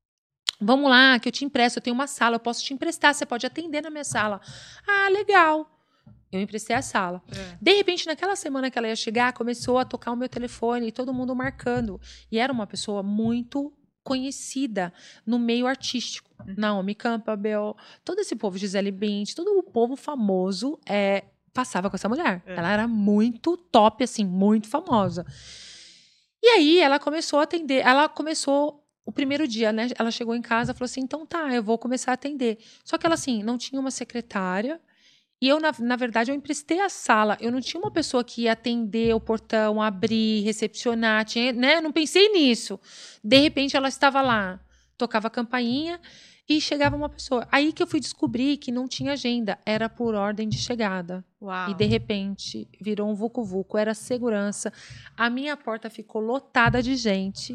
Vamos lá, que eu te empresto, eu tenho uma sala, eu posso te emprestar, você pode atender na minha sala. Ah, legal. Eu emprestei a sala. É. De repente, naquela semana que ela ia chegar, começou a tocar o meu telefone e todo mundo marcando. E era uma pessoa muito conhecida no meio artístico. Uhum. Naomi Campbell, todo esse povo, Gisele Bündchen, todo o povo famoso é, passava com essa mulher. É. Ela era muito top, assim, muito famosa. E aí ela começou a atender, ela começou o primeiro dia, né? Ela chegou em casa e falou assim, então tá, eu vou começar a atender. Só que ela, assim, não tinha uma secretária. E eu, na, na verdade, eu emprestei a sala. Eu não tinha uma pessoa que ia atender o portão, abrir, recepcionar, tinha, né? Não pensei nisso. De repente, ela estava lá, tocava a campainha e chegava uma pessoa. Aí que eu fui descobrir que não tinha agenda, era por ordem de chegada. Uau. E, de repente, virou um vucu-vucu, era segurança. A minha porta ficou lotada de gente.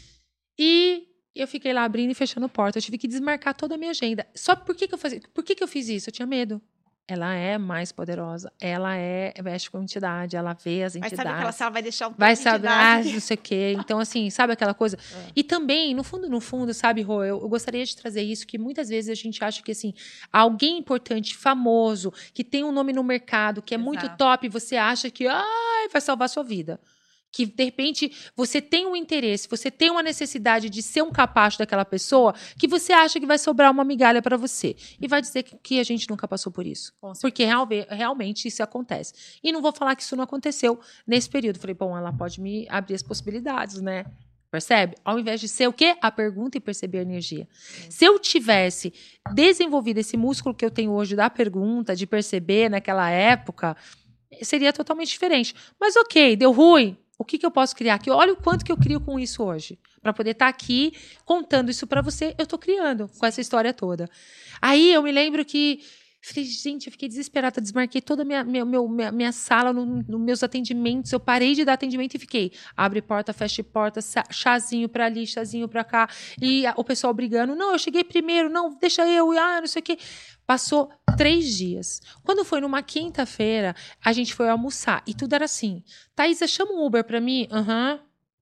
E eu fiquei lá abrindo e fechando porta. Eu tive que desmarcar toda a minha agenda. Só por que, que eu fazia? Por que, que eu fiz isso? Eu tinha medo. Ela é mais poderosa, ela é mexe com entidade, ela vê as Mas entidades. sabe aquela sala vai deixar um vai tanto de saber, ah, entidade? não sei o quê. Então, assim, sabe aquela coisa? É. E também, no fundo, no fundo, sabe, Rô, eu, eu gostaria de trazer isso, que muitas vezes a gente acha que, assim, alguém importante, famoso, que tem um nome no mercado, que é Exato. muito top, você acha que, ai, vai salvar a sua vida. Que, de repente, você tem um interesse, você tem uma necessidade de ser um capacho daquela pessoa, que você acha que vai sobrar uma migalha para você. E vai dizer que, que a gente nunca passou por isso. Porque real, realmente isso acontece. E não vou falar que isso não aconteceu nesse período. Falei, bom, ela pode me abrir as possibilidades, né? Percebe? Ao invés de ser o quê? A pergunta e perceber a energia. Sim. Se eu tivesse desenvolvido esse músculo que eu tenho hoje da pergunta, de perceber naquela época, seria totalmente diferente. Mas ok, deu ruim. O que, que eu posso criar aqui? Olha o quanto que eu crio com isso hoje. Para poder estar aqui contando isso para você, eu estou criando com essa história toda. Aí eu me lembro que... Falei, gente, eu fiquei desesperada. Desmarquei toda a minha, minha, minha, minha sala nos no meus atendimentos. Eu parei de dar atendimento e fiquei. Abre porta, fecha porta, chazinho para ali, chazinho para cá. E a, o pessoal brigando. Não, eu cheguei primeiro. Não, deixa eu. Ah, não sei o quê. Passou três dias. Quando foi numa quinta-feira, a gente foi almoçar. E tudo era assim. Thaísa, chama um Uber pra mim? Aham.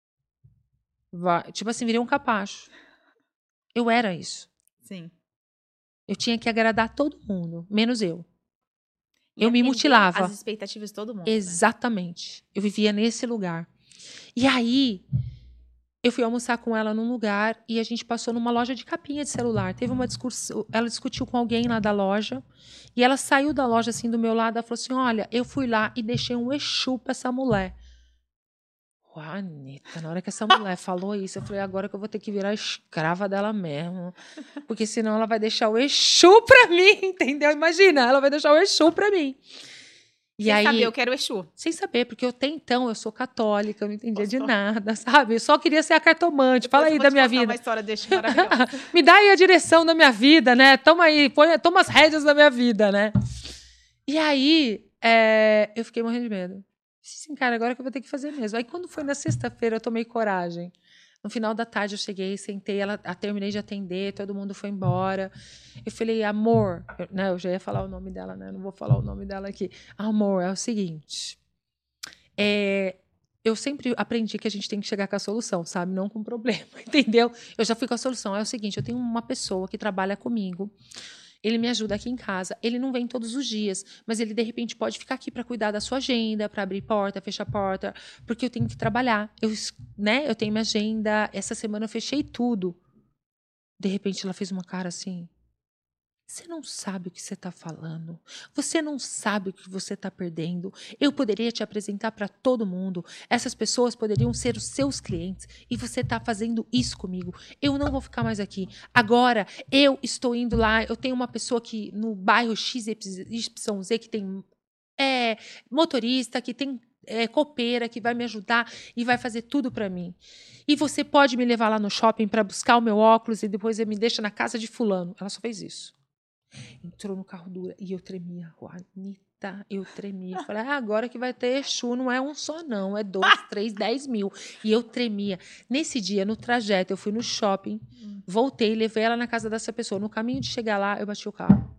Uhum. Tipo assim, virei um capacho. Eu era isso. Sim. Eu tinha que agradar todo mundo, menos eu. E eu me mutilava. As expectativas de todo mundo. Exatamente. Né? Eu vivia nesse lugar. E aí... Eu fui almoçar com ela num lugar e a gente passou numa loja de capinha de celular. Teve uma discussão, ela discutiu com alguém lá da loja e ela saiu da loja assim do meu lado, ela falou assim, olha, eu fui lá e deixei um Exu pra essa mulher. Uau, Anitta, na hora que essa mulher falou isso, eu falei, agora que eu vou ter que virar escrava dela mesmo, porque senão ela vai deixar o Exu pra mim, entendeu? Imagina, ela vai deixar o Exu pra mim. E sem aí, saber, eu quero Exu. Sem saber, porque eu até então eu sou católica, eu não entendia Posso de nada, sabe? Eu só queria ser a cartomante. Fala aí da minha vida. Uma história desse maravilhosa. Me dá aí a direção da minha vida, né? Toma aí, põe, toma as rédeas da minha vida, né? E aí, é, eu fiquei morrendo de medo. Assim, cara, agora que eu vou ter que fazer mesmo. Aí quando foi na sexta-feira, eu tomei coragem. No final da tarde eu cheguei, sentei, ela, ela terminei de atender, todo mundo foi embora. Eu falei, amor, eu, né, eu já ia falar o nome dela, né? Não vou falar o nome dela aqui. Amor, é o seguinte, é, eu sempre aprendi que a gente tem que chegar com a solução, sabe? Não com o problema, entendeu? Eu já fui com a solução. É o seguinte, eu tenho uma pessoa que trabalha comigo, ele me ajuda aqui em casa. Ele não vem todos os dias, mas ele, de repente, pode ficar aqui para cuidar da sua agenda, para abrir porta, fechar porta, porque eu tenho que trabalhar. Eu, né, eu tenho minha agenda. Essa semana eu fechei tudo. De repente, ela fez uma cara assim. Você não sabe o que você está falando. Você não sabe o que você está perdendo. Eu poderia te apresentar para todo mundo. Essas pessoas poderiam ser os seus clientes. E você está fazendo isso comigo. Eu não vou ficar mais aqui. Agora, eu estou indo lá. Eu tenho uma pessoa que no bairro X Y Z que tem é, motorista, que tem é, copeira, que vai me ajudar e vai fazer tudo para mim. E você pode me levar lá no shopping para buscar o meu óculos e depois você me deixa na casa de fulano. Ela só fez isso. Entrou no carro dura e eu tremia. Juanita, eu tremia. Falei, ah, agora que vai ter Exu, não é um só não, é dois, três, dez mil. E eu tremia. Nesse dia, no trajeto, eu fui no shopping, voltei, levei ela na casa dessa pessoa. No caminho de chegar lá, eu bati o carro.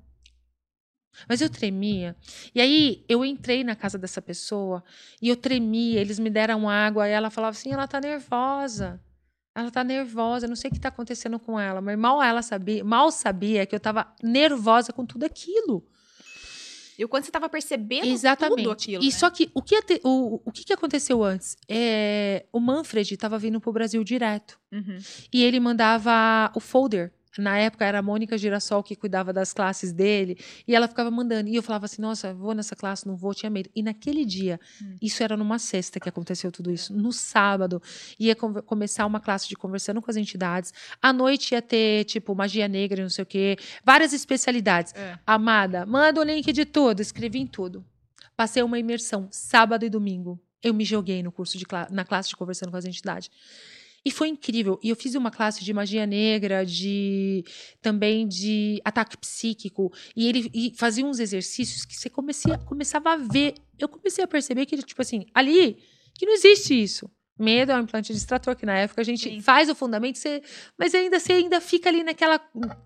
Mas eu tremia. E aí, eu entrei na casa dessa pessoa e eu tremia. Eles me deram água e ela falava assim, ela tá nervosa. Ela tá nervosa, não sei o que tá acontecendo com ela. Mas mal ela sabia, mal sabia que eu tava nervosa com tudo aquilo. E o quanto você tava percebendo Exatamente. tudo aquilo, E né? só que o que, o, o que, que aconteceu antes? É, o Manfred tava vindo pro Brasil direto. Uhum. E ele mandava o folder. Na época era a Mônica Girassol que cuidava das classes dele. E ela ficava mandando. E eu falava assim, nossa, vou nessa classe, não vou, tinha medo. E naquele dia, hum. isso era numa sexta que aconteceu tudo isso. No sábado, ia com- começar uma classe de conversando com as entidades. À noite ia ter, tipo, magia negra, não sei o quê. Várias especialidades. É. Amada, manda o link de tudo. Escrevi em tudo. Passei uma imersão, sábado e domingo. Eu me joguei no curso de cla- na classe de conversando com as entidades. E foi incrível. E eu fiz uma classe de magia negra, de também de ataque psíquico. E ele e fazia uns exercícios que você comecei, começava a ver. Eu comecei a perceber que, tipo assim, ali, que não existe isso. Medo é um implante distrator, que na época a gente Sim. faz o fundamento, você, mas ainda você ainda fica ali naquela...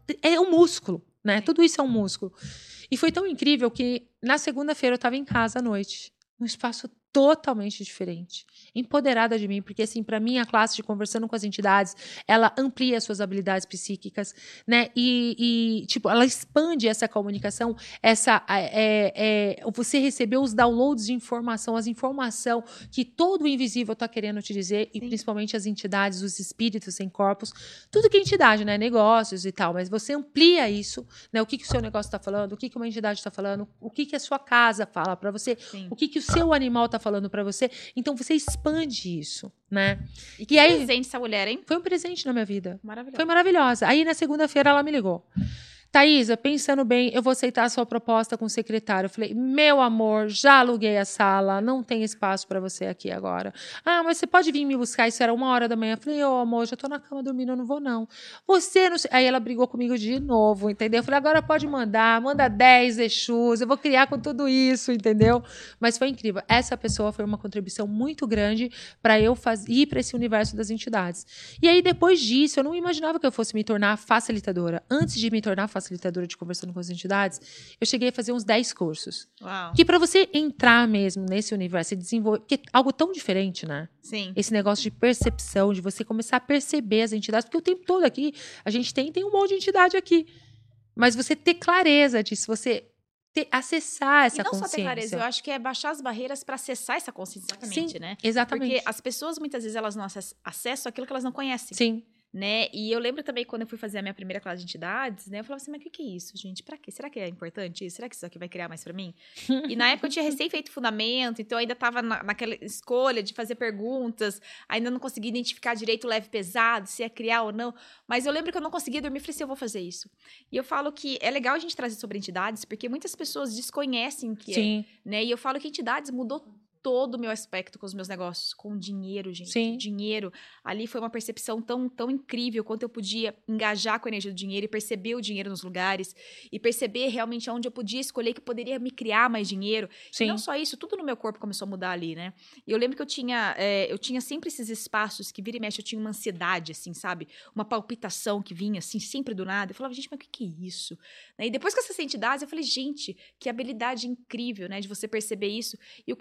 É um músculo, né? Sim. Tudo isso é um músculo. E foi tão incrível que na segunda-feira eu estava em casa à noite, num espaço totalmente diferente, empoderada de mim, porque assim, para mim a classe de conversando com as entidades, ela amplia as suas habilidades psíquicas, né, e, e tipo, ela expande essa comunicação, essa, é, é, você recebeu os downloads de informação, as informação que todo o invisível está querendo te dizer, e Sim. principalmente as entidades, os espíritos sem corpos, tudo que é entidade, né, negócios e tal, mas você amplia isso, né, o que, que o seu negócio está falando, o que, que uma entidade está falando, o que, que a sua casa fala para você, Sim. o que, que o seu animal está falando para você, então você expande isso, né? E que e aí, presente essa mulher, hein? Foi um presente na minha vida. Maravilhosa. Foi maravilhosa. Aí na segunda-feira ela me ligou. Thaisa, pensando bem, eu vou aceitar a sua proposta com o secretário. Eu falei, meu amor, já aluguei a sala, não tem espaço para você aqui agora. Ah, mas você pode vir me buscar? Isso era uma hora da manhã. Eu falei, ô oh, amor, já tô na cama dormindo, eu não vou não. Você não sei... Aí ela brigou comigo de novo, entendeu? Eu falei, agora pode mandar, manda dez Exus, eu vou criar com tudo isso, entendeu? Mas foi incrível. Essa pessoa foi uma contribuição muito grande para eu faz... ir para esse universo das entidades. E aí, depois disso, eu não imaginava que eu fosse me tornar facilitadora. Antes de me tornar facilitadora de conversando com as entidades, eu cheguei a fazer uns dez cursos. Uau. Que para você entrar mesmo nesse universo e desenvolver... Porque é algo tão diferente, né? Sim. Esse negócio de percepção, de você começar a perceber as entidades, porque o tempo todo aqui, a gente tem, tem um monte de entidade aqui. Mas você ter clareza disso, você ter, acessar essa consciência. E não consciência. Só ter clareza, eu acho que é baixar as barreiras para acessar essa consciência, exatamente, Sim, né? Exatamente. Porque as pessoas, muitas vezes, elas não acessam aquilo que elas não conhecem. Sim. Né? E eu lembro também quando eu fui fazer a minha primeira classe de entidades, né? Eu falava assim, mas o que, que é isso, gente? Pra quê? Será que é importante isso? Será que isso aqui vai criar mais pra mim? E na época eu tinha recém feito fundamento, então eu ainda tava na, naquela escolha de fazer perguntas, ainda não conseguia identificar direito o leve e pesado, se ia criar ou não. Mas eu lembro que eu não conseguia dormir, falei assim, eu vou fazer isso. E eu falo que é legal a gente trazer sobre entidades, porque muitas pessoas desconhecem o que Sim. é. Né? E eu falo que entidades mudou todo o meu aspecto com os meus negócios, com dinheiro, gente. Sim. Dinheiro. Ali foi uma percepção tão, tão incrível quanto eu podia engajar com a energia do dinheiro e perceber o dinheiro nos lugares e perceber realmente onde eu podia escolher que poderia me criar mais dinheiro. Sim. E não só isso, tudo no meu corpo começou a mudar ali, né? E eu lembro que eu tinha, é, eu tinha sempre esses espaços que vira e mexe, eu tinha uma ansiedade, assim, sabe? Uma palpitação que vinha, assim, sempre do nada. Eu falava, gente, mas o que, que é isso? E depois com essas entidades, eu falei, gente, que habilidade incrível, né? De você perceber isso. E o quanto que elas começaram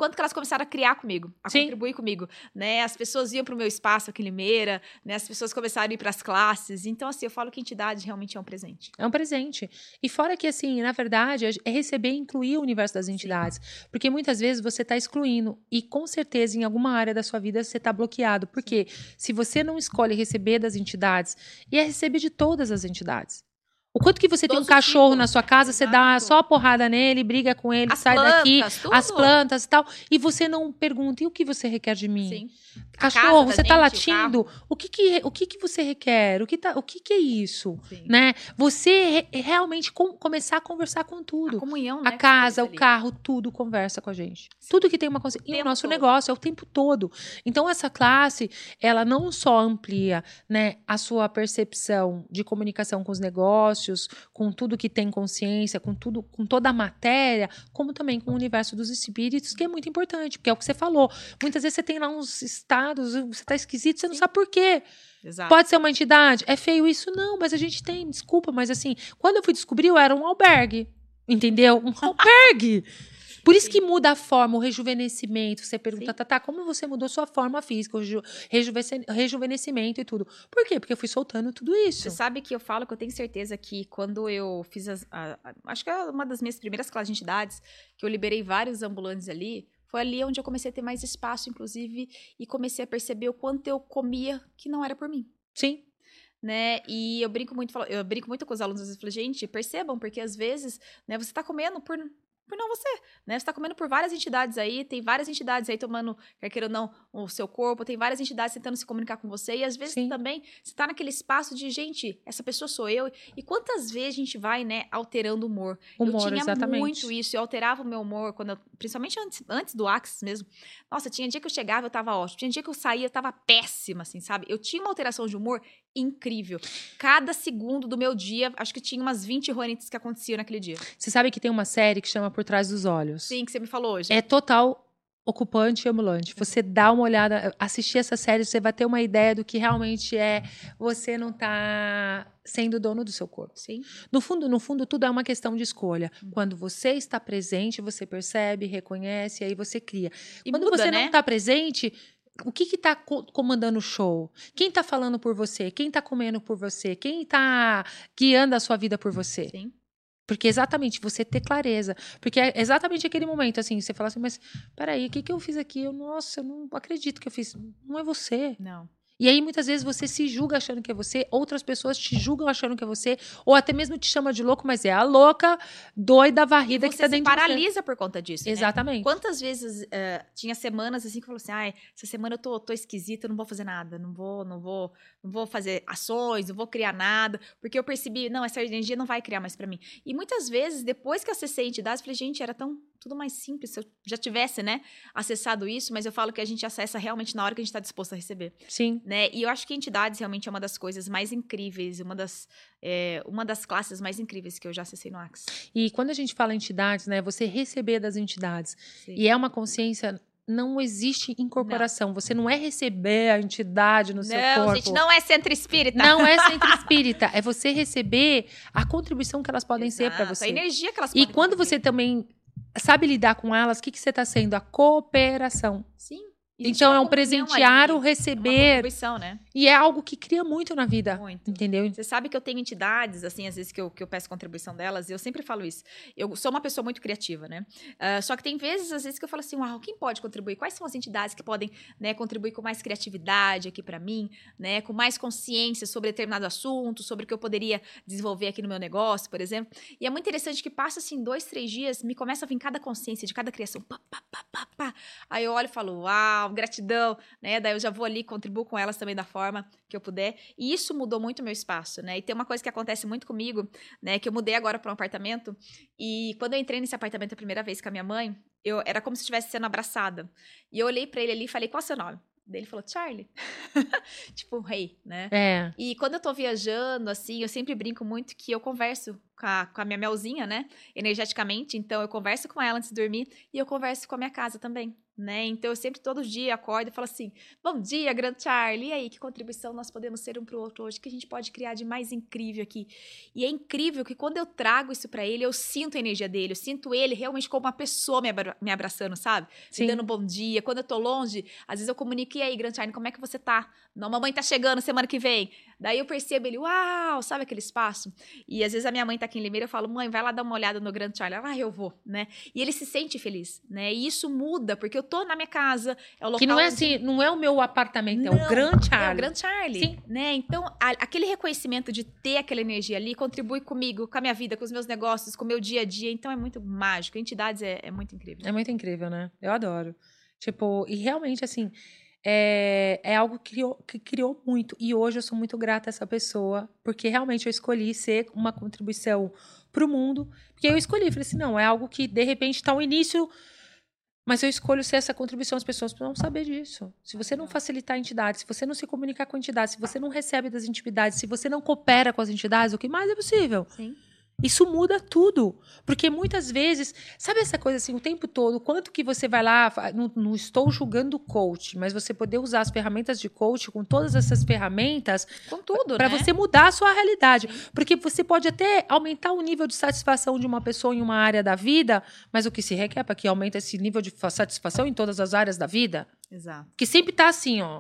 começaram a criar comigo, a Sim. contribuir comigo, né? As pessoas iam pro meu espaço aqui em Limeira, né? As pessoas começaram a ir pras classes. Então, assim, eu falo que entidade realmente é um presente. É um presente. E fora que, assim, na verdade, é receber e incluir o universo das entidades. Sim. Porque muitas vezes você está excluindo. E com certeza, em alguma área da sua vida, você está bloqueado. Porque Sim. se você não escolhe receber das entidades, e é receber de todas as entidades. O quanto que você Todos tem um cachorro tipos. na sua casa, Exato. Você dá só a porrada nele, briga com ele, as sai plantas, daqui, tudo. As plantas e tal, e você não pergunta, e o que você requer de mim? Sim. Cachorro, você tá latindo, o, o, que, que, o que, que você requer? O que, tá, o que, que é isso? Né? Você re, realmente com, começar a conversar com tudo. A comunhão, né? A casa, o carro, tudo conversa com a gente. Sim. Tudo que tem uma consciência. E o nosso todo. negócio é o tempo todo. Então, essa classe, ela não só amplia, né, a sua percepção de comunicação com os negócios, com tudo que tem consciência, com tudo, com toda a matéria, como também com o universo dos espíritos, que é muito importante, porque é o que você falou. Muitas vezes você tem lá uns estados, você tá esquisito, você Sim. não sabe por quê. Exato. Pode ser uma entidade? É feio isso? Não, mas a gente tem, desculpa, mas assim, quando eu fui descobrir, eu era um albergue, entendeu? Um albergue. Por isso Sim. que muda a forma, o rejuvenescimento. Você pergunta, Tatá, como você mudou sua forma física, o rejuvenescimento e tudo? Por quê? Porque eu fui soltando tudo isso. Você sabe que eu falo que eu tenho certeza que quando eu fiz, as, a, a, acho que é uma das minhas primeiras classes de entidades, que eu liberei vários ambulantes ali, foi ali onde eu comecei a ter mais espaço, inclusive, e comecei a perceber o quanto eu comia que não era por mim. Sim. Né? E eu brinco muito, eu brinco muito com os alunos, às vezes, eu falo, gente, percebam, porque às vezes, né, você tá comendo por... por não você, né? Você tá comendo por várias entidades aí, tem várias entidades aí tomando, quer queira ou não, o seu corpo, tem várias entidades tentando se comunicar com você, e às vezes Sim. também você tá naquele espaço de, gente, essa pessoa sou eu, e quantas vezes a gente vai, né, alterando o humor. Humor, eu tinha exatamente. muito isso, eu alterava o meu humor, quando eu, principalmente antes, antes do Axis mesmo. Nossa, tinha dia que eu chegava, eu tava ótimo, tinha dia que eu saía, eu tava péssima, assim, sabe? Eu tinha uma alteração de humor incrível. Cada segundo do meu dia, acho que tinha umas vinte Juanitas que aconteciam naquele dia. Você sabe que tem uma série que chama Por Trás dos Olhos? Sim, que você me falou hoje. É total ocupante e ambulante. Você dá uma olhada, assistir essa série, você vai ter uma ideia do que realmente é você não tá sendo dono do seu corpo. Sim. No fundo, no fundo, tudo é uma questão de escolha. Hum. Quando você está presente, você percebe, reconhece, e aí você cria. E Quando muda, você né? não está presente... O que está comandando o show? Quem está falando por você? Quem está comendo por você? Quem está guiando a sua vida por você? Sim. Porque exatamente, você ter clareza. Porque é exatamente aquele momento, assim, você fala assim, mas peraí, o que, que eu fiz aqui? Eu, nossa, eu não acredito que eu fiz. Não é você. Não. E aí, muitas vezes, você se julga achando que é você, outras pessoas te julgam achando que é você, ou até mesmo te chama de louco, mas é a louca, doida, varrida e que tá dentro de você. Você se paralisa por conta disso, Exatamente. Né? Quantas vezes uh, tinha semanas assim que eu falava assim, ai, essa semana eu tô, tô esquisita, eu não vou fazer nada, não vou, não vou, não vou fazer ações, não vou criar nada, porque eu percebi, não, essa energia não vai criar mais pra mim. E muitas vezes, depois que eu acessei a entidade, eu falei, gente, era tão tudo mais simples, se eu já tivesse, né, acessado isso, mas eu falo que a gente acessa realmente na hora que a gente tá disposto a receber. Sim. Né? E eu acho que entidades realmente é uma das coisas mais incríveis, uma das, é, uma das classes mais incríveis que eu já acessei no Axis. E quando a gente fala entidades, né, você receber das entidades, Sim. e é uma consciência... Não existe incorporação. Não. Você não é receber a entidade no não, seu corpo. Não, gente, não é centro espírita. Não é centro espírita. É você receber a contribuição que elas podem Exato, ser para você. A energia que elas e podem E quando contribuir. você também sabe lidar com elas, o que, que você está sendo? A cooperação. Sim. Então é um presentear, o receber. Uma né? E é algo que cria muito na vida. Muito. Entendeu? Você sabe que eu tenho entidades, assim, às vezes que eu, que eu peço contribuição delas, e eu sempre falo isso. Eu sou uma pessoa muito criativa, né? Uh, só que tem vezes, às vezes, que eu falo assim, uau, quem pode contribuir? Quais são as entidades que podem, né, contribuir com mais criatividade aqui pra mim, né? Com mais consciência sobre determinado assunto, sobre o que eu poderia desenvolver aqui no meu negócio, por exemplo. E é muito interessante que passa, assim, dois, três dias, me começa a vir cada consciência de cada criação. Pá, pá, pá, pá, pá. Aí eu olho e falo, uau, gratidão, né? Daí eu já vou ali, contribuo com elas também da forma que eu puder. E isso mudou muito o meu espaço, né? E tem uma coisa que acontece muito comigo, né? Que eu mudei agora para um apartamento. E quando eu entrei nesse apartamento a primeira vez com a minha mãe, eu era como se estivesse sendo abraçada. E eu olhei para ele ali e falei, qual é o seu nome? Daí ele falou, Charlie. Tipo, um rei, né? É. E quando eu tô viajando, assim, eu sempre brinco muito que eu converso com a, com a minha Melzinha, né? Energeticamente. Então, eu converso com ela antes de dormir e eu converso com a minha casa também, né? Então, eu sempre, todo dia, acordo e falo assim, bom dia, grande Charlie, e aí, que contribuição nós podemos ser um pro outro hoje? O que a gente pode criar de mais incrível aqui? E é incrível que quando eu trago isso pra ele, eu sinto a energia dele, eu sinto ele realmente como uma pessoa me, abra me abraçando, sabe? Sim. Me dando bom dia. Quando eu tô longe, às vezes eu comunico, e aí, grande Charlie, como é que você tá? Não, mamãe tá chegando semana que vem. Daí eu percebo ele, uau, sabe aquele espaço? E às vezes a minha mãe tá aqui em Limeira, eu falo, mãe, vai lá dar uma olhada no grande Charlie. Ela, ah, eu vou, né? E ele se sente feliz, né? E isso muda, porque eu tô na minha casa, é o local Que não é onde... assim, não é o meu apartamento, Não, é o grande Charlie. É o grande Charlie, Sim. né? Então, a, aquele reconhecimento de ter aquela energia ali contribui comigo, com a minha vida, com os meus negócios, com o meu dia a dia. Então, é muito mágico. Entidades é, é muito incrível. É muito incrível, né? Eu adoro. Tipo, e realmente, assim, é, é algo que criou, que criou muito. E hoje eu sou muito grata a essa pessoa, porque realmente eu escolhi ser uma contribuição pro mundo. Porque eu escolhi, falei assim, não, é algo que, de repente, tá o início... Mas eu escolho ser essa contribuição, as pessoas precisam saber disso. Se você não facilitar a entidade, se você não se comunicar com a entidade, se você não recebe das entidades, se você não coopera com as entidades, o que mais é possível? Sim. Isso muda tudo. Porque muitas vezes, sabe essa coisa assim, o tempo todo, quanto que você vai lá, não, não estou julgando o coach, mas você poder usar as ferramentas de coach com todas essas ferramentas Com tudo, para né? você mudar a sua realidade. Porque você pode até aumentar o nível de satisfação de uma pessoa em uma área da vida, mas o que se requer para que aumente esse nível de satisfação em todas as áreas da vida? Exato. Que sempre tá assim, ó,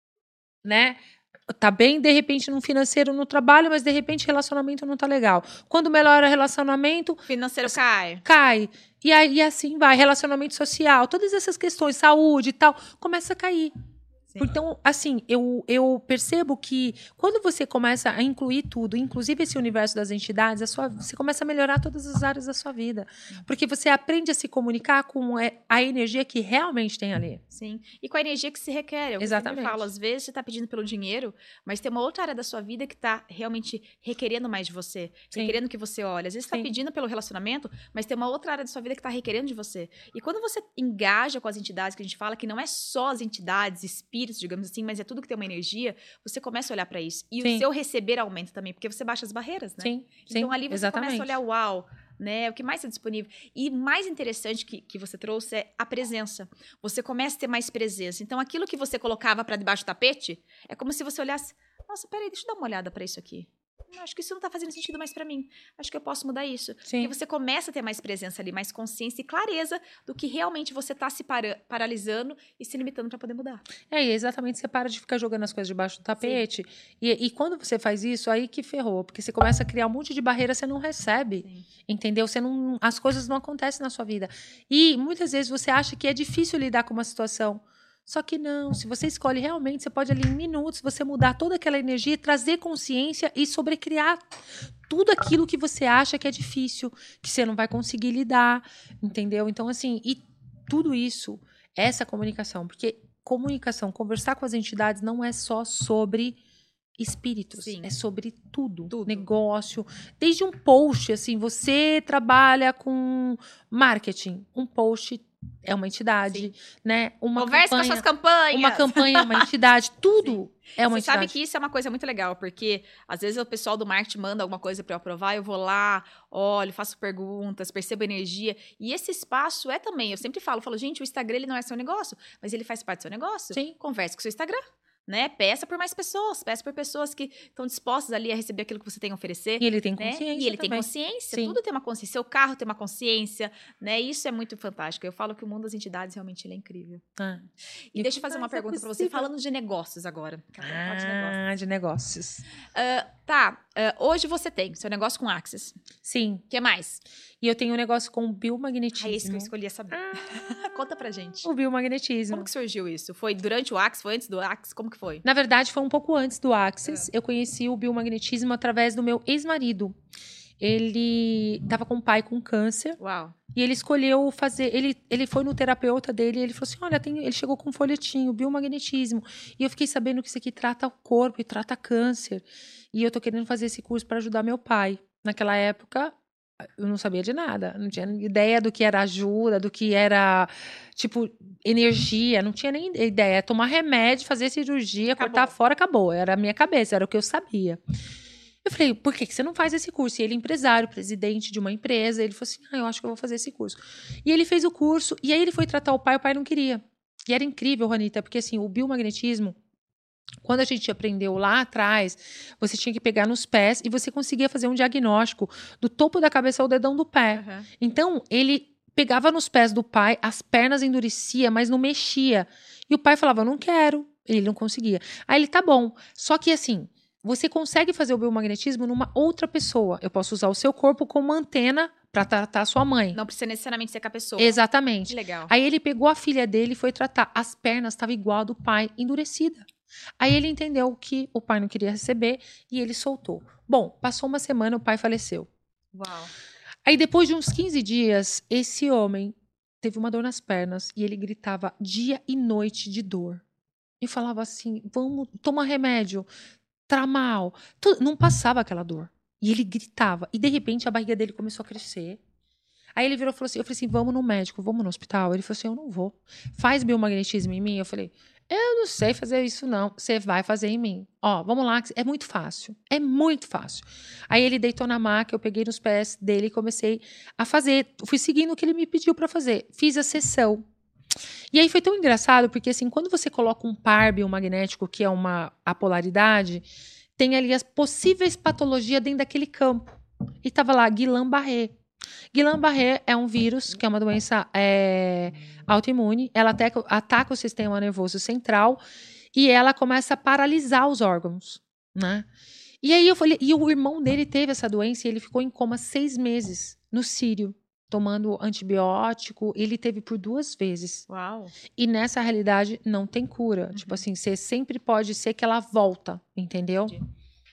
né? Tá bem, de repente, no financeiro, no trabalho, mas de repente relacionamento não tá legal. Quando melhora o relacionamento, Financeiro cai. cai. E aí assim vai, relacionamento social, todas essas questões, saúde e tal, começa a cair. Sim. Então, assim, eu, eu percebo que quando você começa a incluir tudo, inclusive esse universo das entidades, a sua, você começa a melhorar todas as áreas da sua vida. Porque você aprende a se comunicar com a energia que realmente tem ali. Sim. E com a energia que se requer. Eu Exatamente. sempre falo, às vezes você está pedindo pelo dinheiro, mas tem uma outra área da sua vida que está realmente requerendo mais de você. Sim. Requerendo que você olhe. Às vezes você está Sim. pedindo pelo relacionamento, mas tem uma outra área da sua vida que está requerendo de você. E quando você engaja com as entidades, que a gente fala que não é só as entidades, espíritos, digamos assim, mas é tudo que tem uma energia, você começa a olhar para isso. E Sim. o seu receber aumenta também, porque você baixa as barreiras, né? Sim, Então sim, ali você exatamente. começa a olhar, uau, né? O que mais está disponível. E mais interessante que, que você trouxe é a presença. Você começa a ter mais presença. Então, aquilo que você colocava para debaixo do tapete, é como se você olhasse, nossa, peraí, deixa eu dar uma olhada para isso aqui. Acho que isso não tá fazendo sentido mais para mim. Acho que eu posso mudar isso. Sim. E você começa a ter mais presença ali, mais consciência e clareza do que realmente você tá se para paralisando e se limitando para poder mudar. É, e exatamente, você para de ficar jogando as coisas debaixo do tapete. E, e quando você faz isso, aí que ferrou. Porque você começa a criar um monte de barreira, você não recebe. Sim. Entendeu? Você não, as coisas não acontecem na sua vida. E muitas vezes você acha que é difícil lidar com uma situação. Só que não, se você escolhe realmente, você pode ali em minutos, você mudar toda aquela energia, trazer consciência e sobrecriar tudo aquilo que você acha que é difícil, que você não vai conseguir lidar, entendeu? Então, assim, e tudo isso, essa comunicação, porque comunicação, conversar com as entidades não é só sobre espíritos, Sim. é sobre tudo, Tudo. negócio, desde um post, assim, você trabalha com marketing, um post é uma entidade, Sim. né? Uma Converse campanha, com as suas campanhas. uma campanha é uma entidade, tudo é uma Você entidade. sabe que isso é uma coisa muito legal, porque às vezes o pessoal do marketing manda alguma coisa para eu aprovar, eu vou lá, olho, faço perguntas, percebo energia. E esse espaço é também, eu sempre falo, falo, gente, o Instagram ele não é seu negócio, mas ele faz parte do seu negócio. Sim. Converse com o seu Instagram. Né? Peça por mais pessoas, peça por pessoas que estão dispostas ali a receber aquilo que você tem a oferecer. E ele tem né? consciência E ele também. tem consciência, Sim. tudo tem uma consciência. Seu carro tem uma consciência, né? Isso é muito fantástico. Eu falo que o mundo das entidades realmente ele é incrível. Ah. E, E deixa eu o fazer que uma mais é pergunta para você, possível? falando de negócios agora. Acabei de falar de negócios. Ah, de negócios. Ah, tá, ah, hoje você tem seu negócio com Axis. Sim. O que mais? E eu tenho um negócio com o Ah, esse que biomagnetismo. eu escolhi saber. Conta pra gente. O biomagnetismo. Como que surgiu isso? Foi durante o Axis? Foi antes do Axis? Como que foi? Na verdade, foi um pouco antes do Axis. Eu conheci o biomagnetismo através do meu ex-marido. Ele estava com um pai com câncer. Uau. E ele escolheu fazer. Ele, ele foi no terapeuta dele e ele falou assim: olha, tem, ele chegou com um folhetinho, biomagnetismo. E eu fiquei sabendo que isso aqui trata o corpo e trata câncer. E eu tô querendo fazer esse curso para ajudar meu pai. Naquela época, eu não sabia de nada. Não tinha ideia do que era ajuda, do que era, tipo, energia. Não tinha nem ideia. Tomar remédio, fazer cirurgia, Acabou. cortar fora, acabou. Era a minha cabeça, era o que eu sabia. Eu falei, por que que você não faz esse curso? E ele, empresário, presidente de uma empresa, ele falou assim, ah, eu acho que eu vou fazer esse curso. E ele fez o curso, e aí ele foi tratar o pai, o pai não queria. E era incrível, Juanita, porque assim, o biomagnetismo, quando a gente aprendeu lá atrás, você tinha que pegar nos pés e você conseguia fazer um diagnóstico do topo da cabeça ao dedão do pé. Uhum. Então, ele pegava nos pés do pai, as pernas endureciam, mas não mexia. E o pai falava, não quero. Ele não conseguia. Aí ele, tá bom. Só que assim, você consegue fazer o biomagnetismo numa outra pessoa. Eu posso usar o seu corpo como antena para tratar a sua mãe. Não precisa necessariamente ser com a pessoa. Exatamente. Que legal. Aí ele pegou a filha dele e foi tratar. As pernas estavam igual a do pai, endurecida. Aí ele entendeu que o pai não queria receber e ele soltou. Bom, passou uma semana, o pai faleceu. Uau. Aí depois de uns quinze dias, esse homem teve uma dor nas pernas e ele gritava dia e noite de dor. E falava assim, vamos, toma remédio, tramal. Tudo, não passava aquela dor. E ele gritava. E de repente a barriga dele começou a crescer. Aí ele virou e falou assim, eu falei assim, vamos no médico, vamos no hospital. Ele falou assim, eu não vou. Faz biomagnetismo em mim? Eu falei, eu não sei fazer isso não. Você vai fazer em mim. Ó, vamos lá, é muito fácil. É muito fácil. Aí ele deitou na maca, eu peguei nos pés dele e comecei a fazer. Fui seguindo o que ele me pediu para fazer. Fiz a sessão. E aí foi tão engraçado, porque assim, quando você coloca um par biomagnético, que é uma apolaridade, tem ali as possíveis patologias dentro daquele campo. E tava lá, Guillain-Barré. Guillain-Barré é um vírus, que é uma doença é, autoimune. Ela ataca, ataca o sistema nervoso central e ela começa a paralisar os órgãos, né? E aí eu falei, e o irmão dele teve essa doença e ele ficou em coma seis meses no Sírio, tomando antibiótico. Ele teve por duas vezes. Uau. E nessa realidade não tem cura. Uhum. Tipo assim, você sempre pode ser que ela volta, entendeu? Entendi.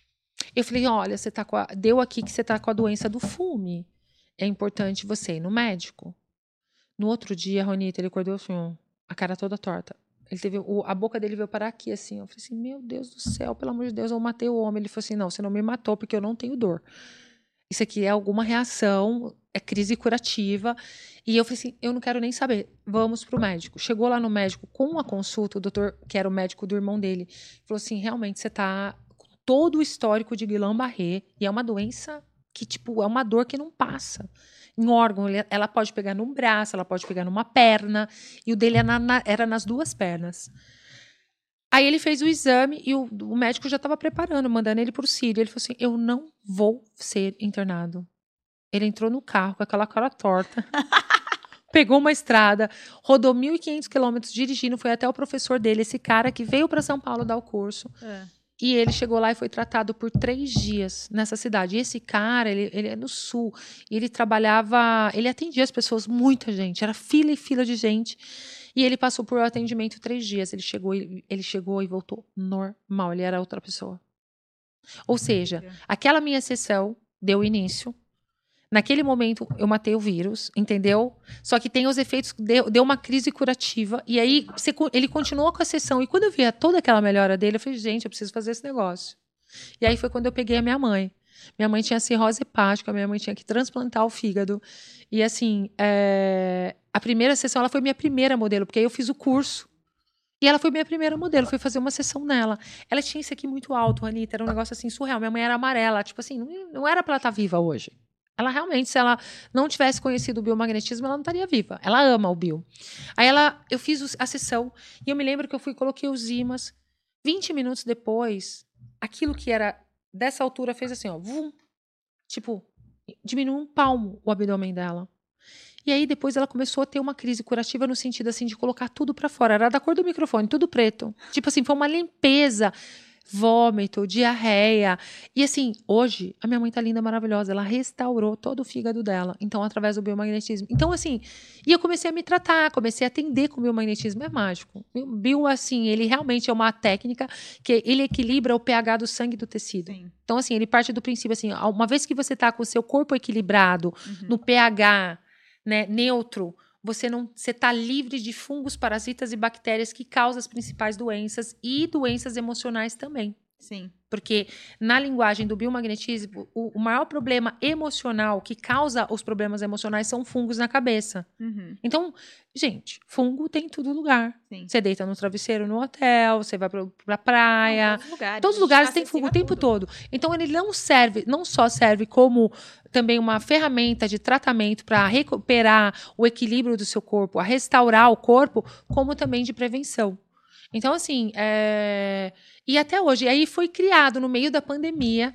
Eu falei, olha, você tá com a, deu aqui que você tá com a doença do fume. É importante você ir no médico. No outro dia, Ronita, ele acordou assim, ó, a cara toda torta. Ele teve, o, a boca dele veio parar aqui, assim. Eu falei assim, meu Deus do céu, pelo amor de Deus, eu matei o homem. Ele falou assim, não, você não me matou porque eu não tenho dor. Isso aqui é alguma reação, é crise curativa. E eu falei assim, eu não quero nem saber. Vamos pro médico. Chegou lá no médico com a consulta, o doutor, que era o médico do irmão dele, falou assim, realmente, você tá com todo o histórico de Guillain-Barré e é uma doença que, tipo, é uma dor que não passa. Em órgão, ela pode pegar num braço, ela pode pegar numa perna, e o dele era, na, era nas duas pernas. Aí ele fez o exame e o, o médico já estava preparando, mandando ele para o Sírio. Ele falou assim, eu não vou ser internado. Ele entrou no carro com aquela cara torta, pegou uma estrada, rodou mil e quinhentos quilômetros dirigindo, foi até o professor dele, esse cara que veio para São Paulo dar o curso. É. E ele chegou lá e foi tratado por três dias nessa cidade. E esse cara, ele, ele é no sul. E ele trabalhava... Ele atendia as pessoas, muita gente. Era fila e fila de gente. E ele passou por atendimento três dias. Ele chegou, ele chegou e voltou normal. Ele era outra pessoa. Ou seja, aquela minha sessão deu início. Naquele momento, eu matei o vírus, entendeu? Só que tem os efeitos, deu, deu uma crise curativa. E aí, você, ele continuou com a sessão. E quando eu via toda aquela melhora dele, eu falei, gente, eu preciso fazer esse negócio. E aí foi quando eu peguei a minha mãe. Minha mãe tinha cirrose hepática, minha mãe tinha que transplantar o fígado. E assim, é, a primeira sessão, ela foi minha primeira modelo, porque aí eu fiz o curso. E ela foi minha primeira modelo, fui fazer uma sessão nela. Ela tinha isso aqui muito alto, Anitta, era um negócio assim surreal. Minha mãe era amarela, tipo assim, não, não era pra ela estar viva hoje. Ela realmente, se ela não tivesse conhecido o biomagnetismo, ela não estaria viva. Ela ama o bio. Aí ela, eu fiz a sessão e eu me lembro que eu fui coloquei os ímãs. vinte minutos depois, aquilo que era dessa altura fez assim, ó, vum, tipo, diminuiu um palmo o abdômen dela. E aí depois ela começou a ter uma crise curativa no sentido assim de colocar tudo pra fora. Era da cor do microfone, tudo preto. Tipo assim, foi uma limpeza. Vômito, diarreia. E assim, hoje, a minha mãe tá linda, maravilhosa. Ela restaurou todo o fígado dela. Então, através do biomagnetismo. Então, assim, e eu comecei a me tratar, comecei a atender com o biomagnetismo. É mágico. O bio, assim, ele realmente é uma técnica que ele equilibra o pH do sangue e do tecido. Sim. Então, assim, ele parte do princípio, assim, uma vez que você tá com o seu corpo equilibrado, uhum. no pH, né, neutro, você não, você está livre de fungos, parasitas e bactérias que causam as principais doenças e doenças emocionais também. Sim. Porque na linguagem do biomagnetismo, o, o maior problema emocional que causa os problemas emocionais são fungos na cabeça. Uhum. Então, gente, fungo tem em todo lugar. Sim. Você deita no travesseiro no hotel, você vai pra, pra praia. Não, todos os lugares. Todos os A gente lugares tá tem fungo o sensível a tempo tudo. todo. Então, ele não serve, não só serve como também uma ferramenta de tratamento para recuperar o equilíbrio do seu corpo, a restaurar o corpo, como também de prevenção. Então, assim, é... e até hoje, aí foi criado no meio da pandemia,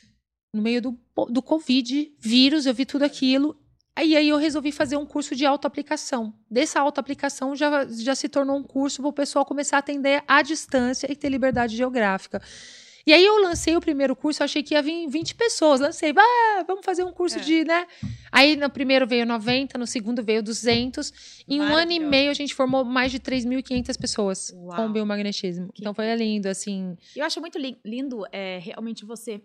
no meio do, do Covid, vírus, eu vi tudo aquilo, e aí eu resolvi fazer um curso de autoaplicação. Dessa autoaplicação já, já se tornou um curso para o pessoal começar a atender à distância e ter liberdade geográfica. E aí eu lancei o primeiro curso, eu achei que ia vir vinte pessoas. Lancei, ah, vamos fazer um curso É. de, né? Aí no primeiro veio noventa, no segundo veio duzentos. Em um ano e meio a gente formou mais de três mil e quinhentas pessoas. Uau. Com o biomagnetismo. Que então foi lindo, assim. Eu acho muito li- lindo é, realmente você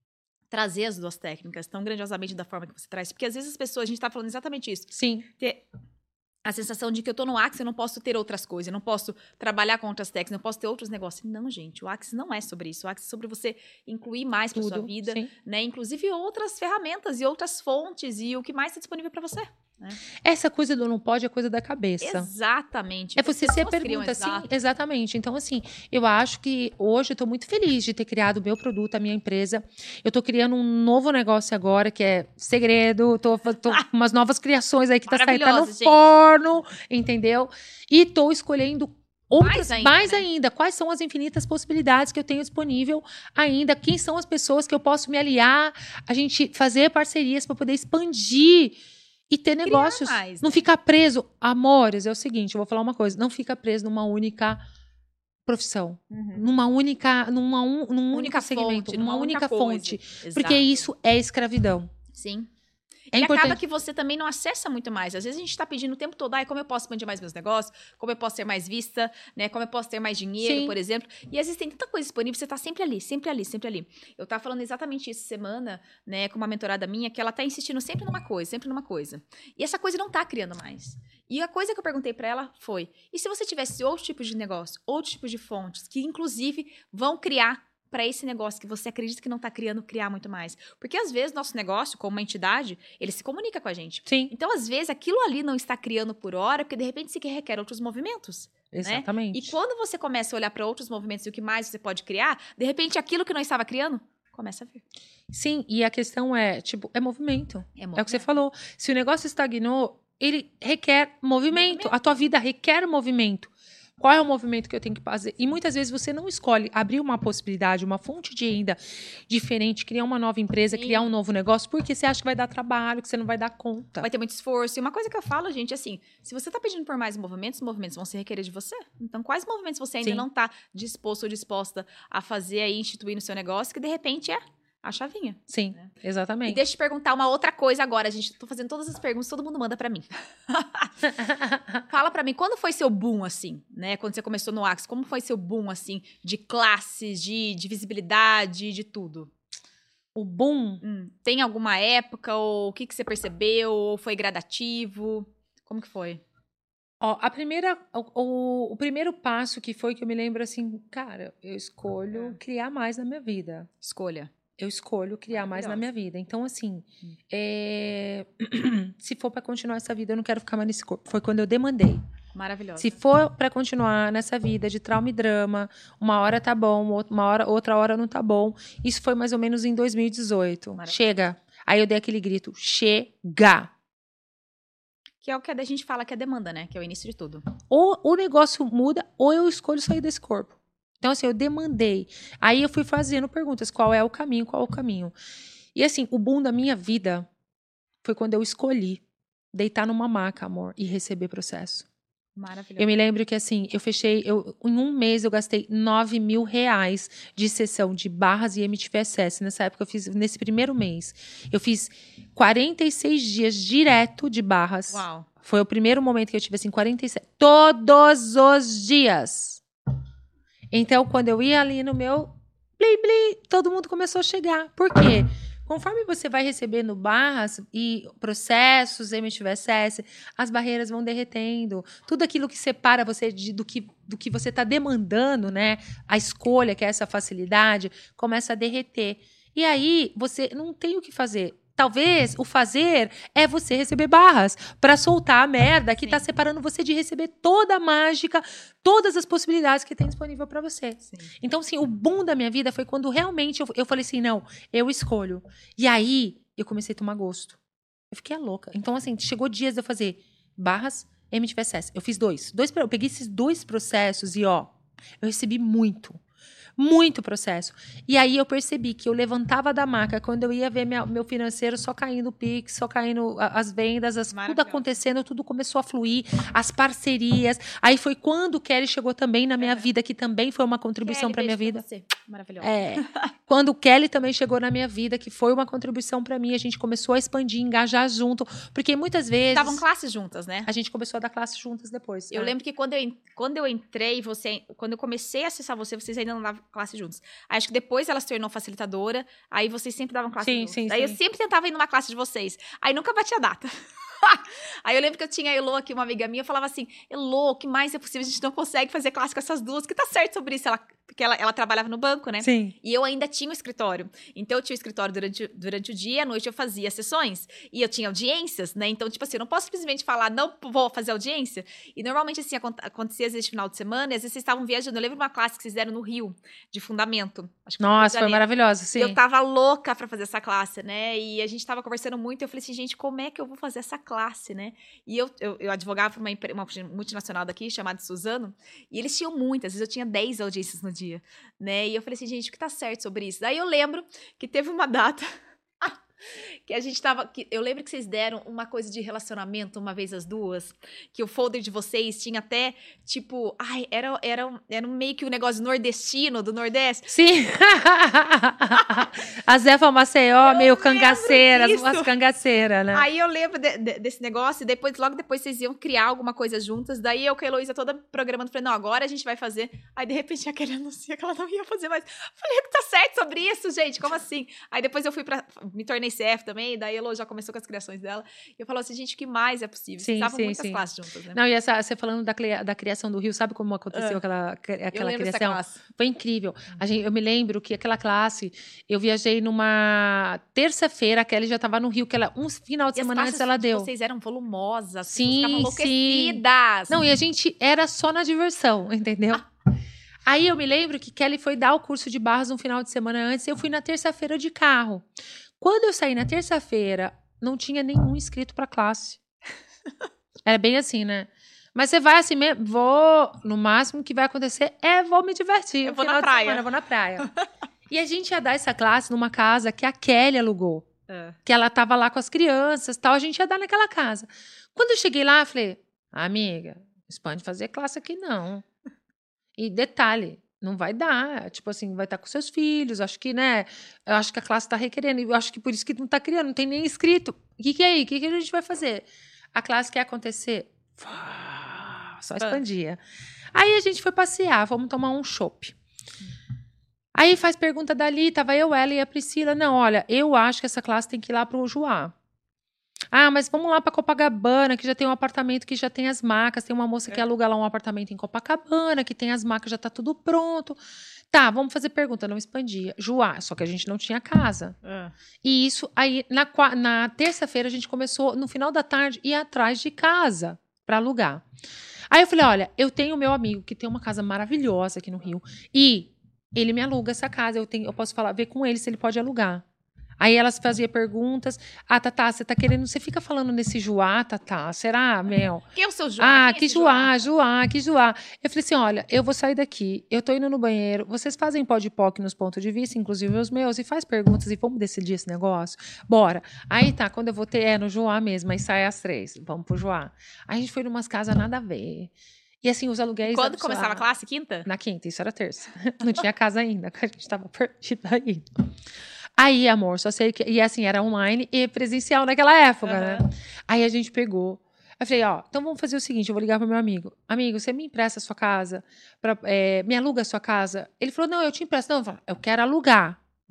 trazer as duas técnicas tão grandiosamente da forma que você traz. Porque às vezes as pessoas, a gente tá falando exatamente isso. Sim. Ter a sensação de que eu tô no Axis, eu não posso ter outras coisas, eu não posso trabalhar com outras técnicas, eu não posso ter outros negócios. Não, gente, o Axis não é sobre isso. O Axis é sobre você incluir mais para sua vida, sim. né? Inclusive outras ferramentas e outras fontes e o que mais está disponível para você. Né? Essa coisa do não pode é coisa da cabeça. Exatamente. É você se pergunta assim, exato. Exatamente. Então, assim, eu acho que hoje eu tô muito feliz de ter criado o meu produto, a minha empresa. Eu tô criando um novo negócio agora, que é segredo. Tô, tô com umas novas criações aí que tá saindo, tá no gente. forno, entendeu? E tô escolhendo outras, mais ainda, mais né? ainda. Quais são as infinitas possibilidades que eu tenho disponível ainda? Quem são as pessoas que eu posso me aliar? A gente fazer parcerias para poder expandir e ter negócios, mais, não né? ficar preso. Amores, é o seguinte, eu vou falar uma coisa, não fica preso numa única profissão, uhum. numa única, numa um, num único segmento, fonte, numa única, única fonte, Exato. Porque isso é escravidão. Sim. É e importante. acaba que você também não acessa muito mais. Às vezes a gente tá pedindo o tempo todo, ah, como eu posso expandir mais meus negócios, como eu posso ser mais vista, né? Como eu posso ter mais dinheiro, Sim. por exemplo. E às vezes tem tanta coisa disponível, você tá sempre ali, sempre ali, sempre ali. Eu tava falando exatamente isso semana, né, com uma mentorada minha, que ela tá insistindo sempre numa coisa, sempre numa coisa. E essa coisa não tá criando mais. E a coisa que eu perguntei pra ela foi, e se você tivesse outros tipos de negócio, outros tipos de fontes, que inclusive vão criar para esse negócio que você acredita que não está criando, criar muito mais. Porque, às vezes, nosso negócio, como uma entidade, ele se comunica com a gente. Sim. Então, às vezes, aquilo ali não está criando por hora, porque, de repente, se requer outros movimentos. Exatamente. Né? E quando você começa a olhar para outros movimentos e o que mais você pode criar, de repente, aquilo que não estava criando, começa a vir. Sim, e a questão é, tipo, é movimento. É, movimento. É o que você falou. Se o negócio estagnou, ele requer movimento. movimento. A tua vida requer movimento. Qual é o movimento que eu tenho que fazer? E muitas vezes você não escolhe abrir uma possibilidade, uma fonte de renda diferente, criar uma nova empresa, Sim. criar um novo negócio, porque você acha que vai dar trabalho, que você não vai dar conta. Vai ter muito esforço. E uma coisa que eu falo, gente, assim, se você está pedindo por mais movimentos, os movimentos vão se requerer de você. Então, quais movimentos você ainda Sim. não está disposto ou disposta a fazer aí, instituir no seu negócio, que de repente é a chavinha. Sim, né? Exatamente. E deixa eu te perguntar uma outra coisa agora. Gente, tô fazendo todas as perguntas, todo mundo manda pra mim. Fala pra mim, quando foi seu boom, assim, né? Quando você começou no Axis, como foi seu boom, assim, de classes, de, de visibilidade, de tudo? O boom? Hum, tem alguma época, ou o que, que você percebeu, ou foi gradativo? Como que foi? Ó, a primeira, o, o, o primeiro passo que foi que eu me lembro, assim, cara, eu escolho é. criar mais na minha vida. Escolha. Eu escolho criar mais na minha vida. Então, assim, hum. é... se for para continuar essa vida, eu não quero ficar mais nesse corpo. Foi quando eu demandei. Maravilhosa. Se for para continuar nessa vida de trauma e drama, uma hora tá bom, uma hora, outra hora não tá bom. Isso foi mais ou menos em dois mil e dezoito. Chega. Aí eu dei aquele grito, chega. Que é o que a gente fala que é demanda, né? Que é o início de tudo. Ou o negócio muda, ou eu escolho sair desse corpo. Então, assim, eu demandei. Aí eu fui fazendo perguntas, qual é o caminho, qual é o caminho. E, assim, o boom da minha vida foi quando eu escolhi deitar numa maca, amor, e receber processo. Maravilhoso. Eu me lembro que, assim, eu fechei, eu, em um mês eu gastei nove mil reais de sessão de barras e M T V S S. Nessa época eu fiz, nesse primeiro mês, eu fiz quarenta e seis dias direto de barras. Uau. Foi o primeiro momento que eu tive, assim, quarenta e sete. Todos os dias. Então, quando eu ia ali no meu blim, blim, todo mundo começou a chegar. Por quê? Conforme você vai recebendo barras e processos, M T V S S, as barreiras vão derretendo. Tudo aquilo que separa você de, do que, do que você está demandando, né? A escolha, que é essa facilidade, começa a derreter. E aí, você não tem o que fazer. Talvez o fazer é você receber barras para soltar a merda que Sim. tá separando você de receber toda a mágica, todas as possibilidades que tem disponível para você. Sim. Então, assim, o boom da minha vida foi quando realmente eu, eu falei assim, não, eu escolho. E aí, eu comecei a tomar gosto. Eu fiquei louca. Então, assim, chegou dias de eu fazer barras, M T V S S. Eu fiz dois. dois. Eu peguei esses dois processos e, ó, eu recebi muito. Muito processo. E aí eu percebi que eu levantava da maca quando eu ia ver minha, meu financeiro só caindo o Pix, só caindo as vendas, as, tudo acontecendo, tudo começou a fluir, as parcerias. Aí foi quando o Kelly chegou também na minha é. vida, que também foi uma contribuição para minha vida. Você. Maravilhosa. É. Quando o Kelly também chegou na minha vida, que foi uma contribuição para mim, a gente começou a expandir, engajar junto, porque muitas vezes... Estavam classes juntas, né? A gente começou a dar classes juntas depois. Eu né? lembro que quando eu, quando eu entrei, você, quando eu comecei a acessar você, vocês ainda não davam classe juntos. Aí acho que depois ela se tornou facilitadora, aí vocês sempre davam classe sim, juntos. Sim, aí sim. eu sempre tentava ir numa classe de vocês. Aí nunca batia data. Aí eu lembro que eu tinha a Elo aqui, uma amiga minha, eu falava assim, Elo, o que mais é possível? A gente não consegue fazer classe com essas duas, que tá certo sobre isso. Ela, porque ela, ela trabalhava no banco, né? Sim. E eu ainda tinha um escritório. Então eu tinha o escritório durante, durante o dia, à noite eu fazia sessões. E eu tinha audiências, né? Então, tipo assim, eu não posso simplesmente falar, não vou fazer audiência. E normalmente, assim, acontecia às vezes no final de semana, e às vezes vocês estavam viajando. Eu lembro de uma classe que vocês deram no Rio, de fundamento. Acho que Nossa, foi maravilhosa, sim. E eu tava louca pra fazer essa classe, né? E a gente tava conversando muito, e eu falei assim, gente, como é que eu vou fazer essa classe, né? E eu, eu, eu advogava para uma, uma multinacional daqui, chamada Suzano, e eles tinham muitas, às vezes eu tinha dez audiências no dia, né? E eu falei assim, gente, o que tá certo sobre isso? Daí eu lembro que teve uma data que a gente tava... Que, eu lembro que vocês deram uma coisa de relacionamento uma vez as duas, que o folder de vocês tinha até, tipo... Ai, era, era, era meio que um negócio nordestino, do Nordeste. Sim! A Zefa Maceió, eu meio cangaceira, as cangaceiras, né? Aí eu lembro de, de, desse negócio, e depois, logo depois vocês iam criar alguma coisa juntas, daí eu com a Heloísa toda programando, falei, não, agora a gente vai fazer. Aí, de repente, a Kelly anuncia que ela não ia fazer mais. Falei, que tá certo sobre isso, gente, como assim? Aí depois eu fui pra... Me tornei C F também, daí a Elo já começou com as criações dela. E eu falo assim, gente, o que mais é possível? Sim, Estavam sim, muitas sim. classes juntas, né? Não, e essa, você falando da, da criação do Rio, sabe como aconteceu uh, aquela, aquela eu criação? Classe. Foi incrível. A gente, eu me lembro que aquela classe, eu viajei numa terça-feira, a Kelly já estava no Rio, que ela, um final de e semana antes ela deu. Vocês eram volumosas, sim, ficavam enlouquecidas. Sim. Não, e a gente era só na diversão, entendeu? Aí eu me lembro que Kelly foi dar o curso de barras um final de semana antes, e eu fui na terça-feira de carro. Quando eu saí na terça-feira, não tinha nenhum inscrito para classe. Era bem assim, né? Mas você vai assim mesmo, vou, no máximo que vai acontecer é vou me divertir. Eu vou na praia. Semana, eu vou na praia. E a gente ia dar essa classe numa casa que a Kelly alugou. É. Que ela tava lá com as crianças e tal, a gente ia dar naquela casa. Quando eu cheguei lá, eu falei, amiga, não pode fazer classe aqui não. E detalhe, não vai dar, tipo assim, vai estar com seus filhos, acho que, né, eu acho que a classe está requerendo, eu acho que por isso que não está criando, não tem nem inscrito. O que que é aí? O que que a gente vai fazer? A classe quer acontecer? Só expandia. Aí a gente foi passear, vamos tomar um chopp. Aí faz pergunta dali, tava eu, ela e a Priscila, não, olha, eu acho que essa classe tem que ir lá pro Joá. Ah, mas vamos lá para Copacabana, que já tem um apartamento que já tem as macas. Tem uma moça que aluga lá um apartamento em Copacabana, que tem as macas, já tá tudo pronto. Tá, vamos fazer pergunta, não expandia. Joá, só que a gente não tinha casa. É. E isso, aí, na, na terça-feira, a gente começou, no final da tarde, ir atrás de casa para alugar. Aí eu falei, olha, eu tenho meu amigo que tem uma casa maravilhosa aqui no Rio, e ele me aluga essa casa, eu, tenho, eu posso falar, ver com ele se ele pode alugar. Aí elas faziam perguntas. Ah, Tatá, você tá querendo... Você fica falando nesse Joá, Tatá? Será, Mel? Quem é o seu Joá? Ah, que Joá, Joá, que Joá. Eu falei assim, olha, eu vou sair daqui, eu tô indo no banheiro, vocês fazem podpoc nos pontos de vista, inclusive os meus, e faz perguntas e vamos decidir esse negócio? Bora. Aí tá, quando eu vou ter, é no Joá mesmo, aí sai às três, vamos pro Joá. Aí a gente foi numas casas nada a ver. E assim, os aluguéis... Quando começava a classe? Quinta? Na quinta, isso era terça. Não tinha casa ainda, a gente tava perdida aí. Aí, amor, só sei que... E assim, era online e presencial naquela época, uhum. né? Aí a gente pegou. Eu falei, ó, então vamos fazer o seguinte, eu vou ligar pro meu amigo. Amigo, você me empresta a sua casa? Pra, é, me aluga a sua casa? Ele falou, não, eu te empresto. Não, eu, falei, eu quero alugar.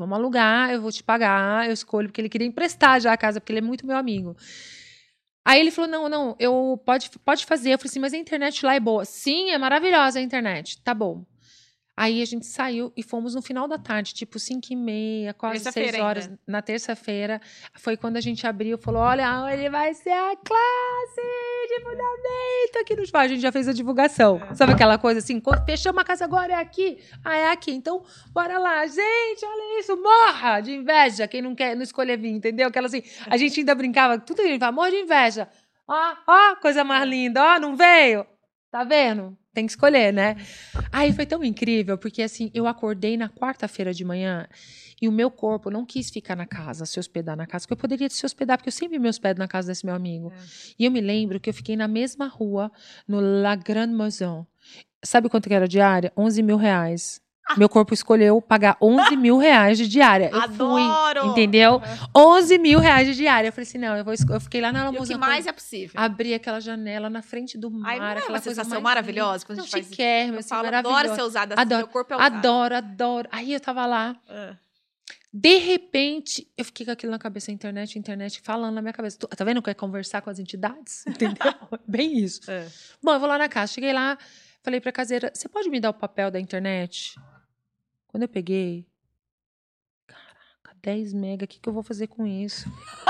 vamos alugar, eu vou te pagar, eu escolho, porque ele queria emprestar já a casa, porque ele é muito meu amigo. Aí ele falou, não, não, eu, pode, pode fazer. Eu falei assim, mas a internet lá é boa. Sim, é maravilhosa a internet. Tá bom. Aí a gente saiu e fomos no final da tarde, tipo cinco e meia, quase seis horas, ainda. Na terça-feira. Foi quando a gente abriu e falou, olha, ele vai ser a classe de fundamento aqui no espaço. A gente já fez a divulgação. É. Sabe aquela coisa assim, fechamos a casa agora, é aqui. Ah, é aqui. Então, bora lá. Gente, olha isso, morra de inveja. Quem não quer, não escolher vir, entendeu? Aquela assim, a gente ainda brincava, tudo a gente vai, morra de inveja. Ó, ó, coisa mais linda, ó, não veio? Tá vendo? Tem que escolher, né? Aí foi tão incrível, porque assim, eu acordei na quarta-feira de manhã e o meu corpo não quis ficar na casa, se hospedar na casa, porque eu poderia se hospedar, porque eu sempre me hospedo na casa desse meu amigo. É. E eu me lembro que eu fiquei na mesma rua, no La Grande Maison. Sabe quanto que era a diária? onze mil reais. Meu corpo escolheu pagar onze mil reais de diária. Eu Adoro! Fui, entendeu? Uhum. onze mil reais de diária. Eu falei assim, não, eu, vou, eu fiquei lá na Lamusão. O que mais é possível? Abri aquela janela na frente do mar. Ai, não é aquela uma coisa sensação maravilhosa quando a gente não, faz isso. Quer, assim, falo, adoro ser usada assim, adoro, meu corpo é usado. Adoro, adoro. Aí eu tava lá. Uh. De repente, eu fiquei com aquilo na cabeça, a internet, a internet, falando na minha cabeça. Tá vendo que é conversar com as entidades? Entendeu? Bem isso. Uh. Bom, eu vou lá na casa. Cheguei lá, falei pra caseira, você pode me dar o papel da internet? Quando eu peguei, caraca, dez mega, o que, que eu vou fazer com isso?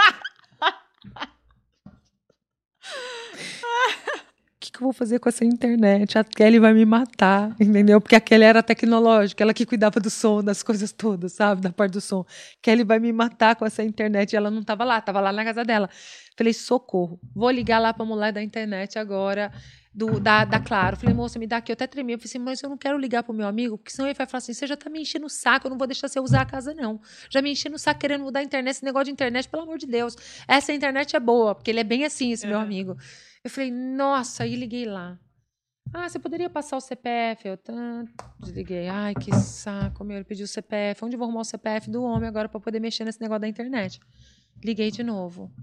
O que, que eu vou fazer com essa internet? A Kelly vai me matar, entendeu? Porque a Kelly era tecnológica, ela que cuidava do som, das coisas todas, sabe? Da parte do som. Kelly vai me matar com essa internet. E ela não estava lá, estava lá na casa dela. Falei, socorro, vou ligar lá para a mulher da internet agora. Do, da, da Claro. Falei, moça, me dá aqui. Eu até tremi. Eu falei assim, mas eu não quero ligar pro meu amigo, porque senão ele vai falar assim, você já tá me enchendo o saco, eu não vou deixar você usar a casa, não. Já me enchendo o saco querendo mudar a internet, esse negócio de internet, pelo amor de Deus. Essa internet é boa, porque ele é bem assim, esse uhum. meu amigo. Eu falei, nossa, aí liguei lá. Ah, você poderia passar o C P F? Eu tanto desliguei. Ai, que saco, meu. Ele pediu o C P F. Onde eu vou arrumar o C P F do homem agora pra poder mexer nesse negócio da internet? Liguei de novo.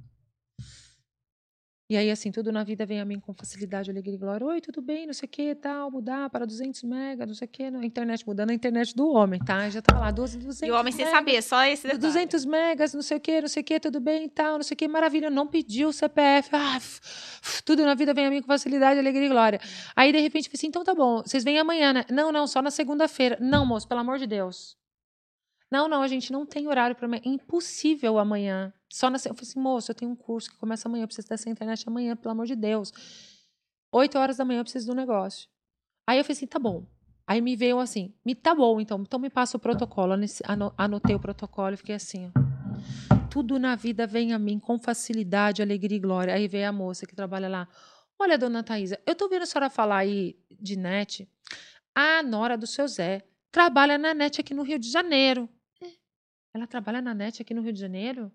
E aí, assim, tudo na vida vem a mim com facilidade, alegria e glória. Oi, tudo bem, não sei o que, tal, mudar para duzentos megas, não sei o que. A internet mudando, a internet do homem, tá? Já tava lá, duzentos E o homem sem megas, saber, só esse detalhe. duzentos megas, não sei o que, não sei o que, tudo bem, tal, não sei o que, maravilha. Não pediu o C P F. Ah, tudo na vida vem a mim com facilidade, alegria e glória. Aí, de repente, eu falei assim, então tá bom, vocês vêm amanhã, né? Não, não, só na segunda-feira. Não, moço, pelo amor de Deus. Não, não, a gente não tem horário para amanhã. É impossível amanhã. Só na... Eu falei assim, moço, eu tenho um curso que começa amanhã, eu preciso dessa internet amanhã, pelo amor de Deus. Oito horas da manhã eu preciso do negócio. Aí eu falei assim, tá bom. Aí me veio assim, me tá bom, então, então me passa o protocolo. Anotei o protocolo e fiquei assim, ó. Tudo na vida vem a mim com facilidade, alegria e glória. Aí veio a moça que trabalha lá. Olha, dona Thaisa, eu tô vendo a senhora falar aí de net. A nora do seu Zé trabalha na net aqui no Rio de Janeiro. Ela trabalha na net aqui no Rio de Janeiro?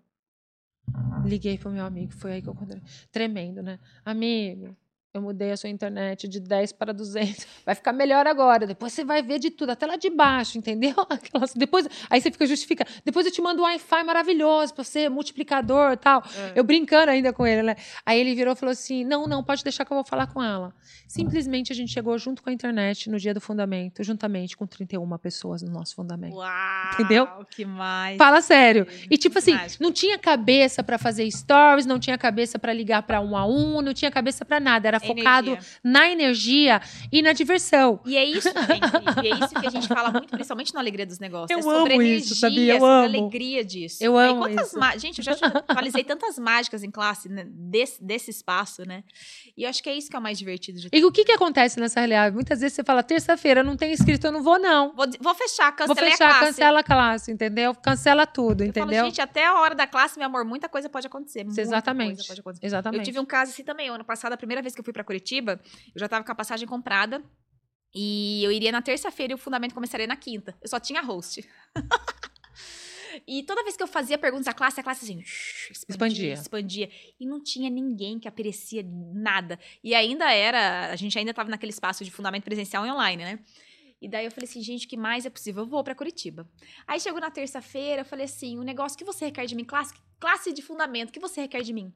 Liguei pro meu amigo, foi aí que eu encontrei. Tremendo, né? Amigo, eu mudei a sua internet de dez para duzentos. Vai ficar melhor agora. Depois você vai ver de tudo, até lá de baixo, entendeu? Aquelas, depois, aí você fica justifica. Depois eu te mando um Wi-Fi maravilhoso para você, multiplicador e tal. É. Eu brincando ainda com ele, né? Aí ele virou e falou assim, não, não, pode deixar que eu vou falar com ela. Simplesmente a gente chegou junto com a internet no dia do fundamento, juntamente com trinta e uma pessoas no nosso fundamento. Uau, entendeu? Que mais. Fala sério. E tipo assim, mágico. Não tinha cabeça para fazer stories, não tinha cabeça para ligar para um a um, não tinha cabeça para nada. Era focado energia. Na energia e na diversão. E é isso, gente. E é isso que a gente fala muito, principalmente na alegria dos negócios. Eu é sobre amo energia, isso, sabia? Eu sobre amo. alegria disso. Eu amo quantas isso. Ma... Gente, eu já atualizei tantas mágicas em classe, né, desse, desse espaço, né? E eu acho que é isso que é o mais divertido de tudo. E o que que acontece nessa realidade? Muitas vezes você fala, terça-feira, não tem inscrito, eu não vou, não. Vou, vou fechar, cancelei vou fechar, a classe. Cancela a classe, entendeu? Cancela tudo, eu entendeu? Falo, gente, até a hora da classe, meu amor, muita coisa pode acontecer. Muita Exatamente. Coisa pode acontecer. Exatamente. Eu tive um caso assim também. Ano passado, a primeira vez que eu fui pra Curitiba, eu já tava com a passagem comprada. E eu iria na terça-feira e o fundamento começaria na quinta. Eu só tinha host. E toda vez que eu fazia perguntas à classe, a classe assim... Expandia, expandia. Expandia. E não tinha ninguém que aparecia nada. E ainda era... A gente ainda estava naquele espaço de fundamento presencial e online, né? E daí eu falei assim, gente, o que mais é possível? Eu vou pra Curitiba. Aí chegou na terça-feira, eu falei assim, o negócio que você requer de mim, classe, classe de fundamento, o que você requer de mim?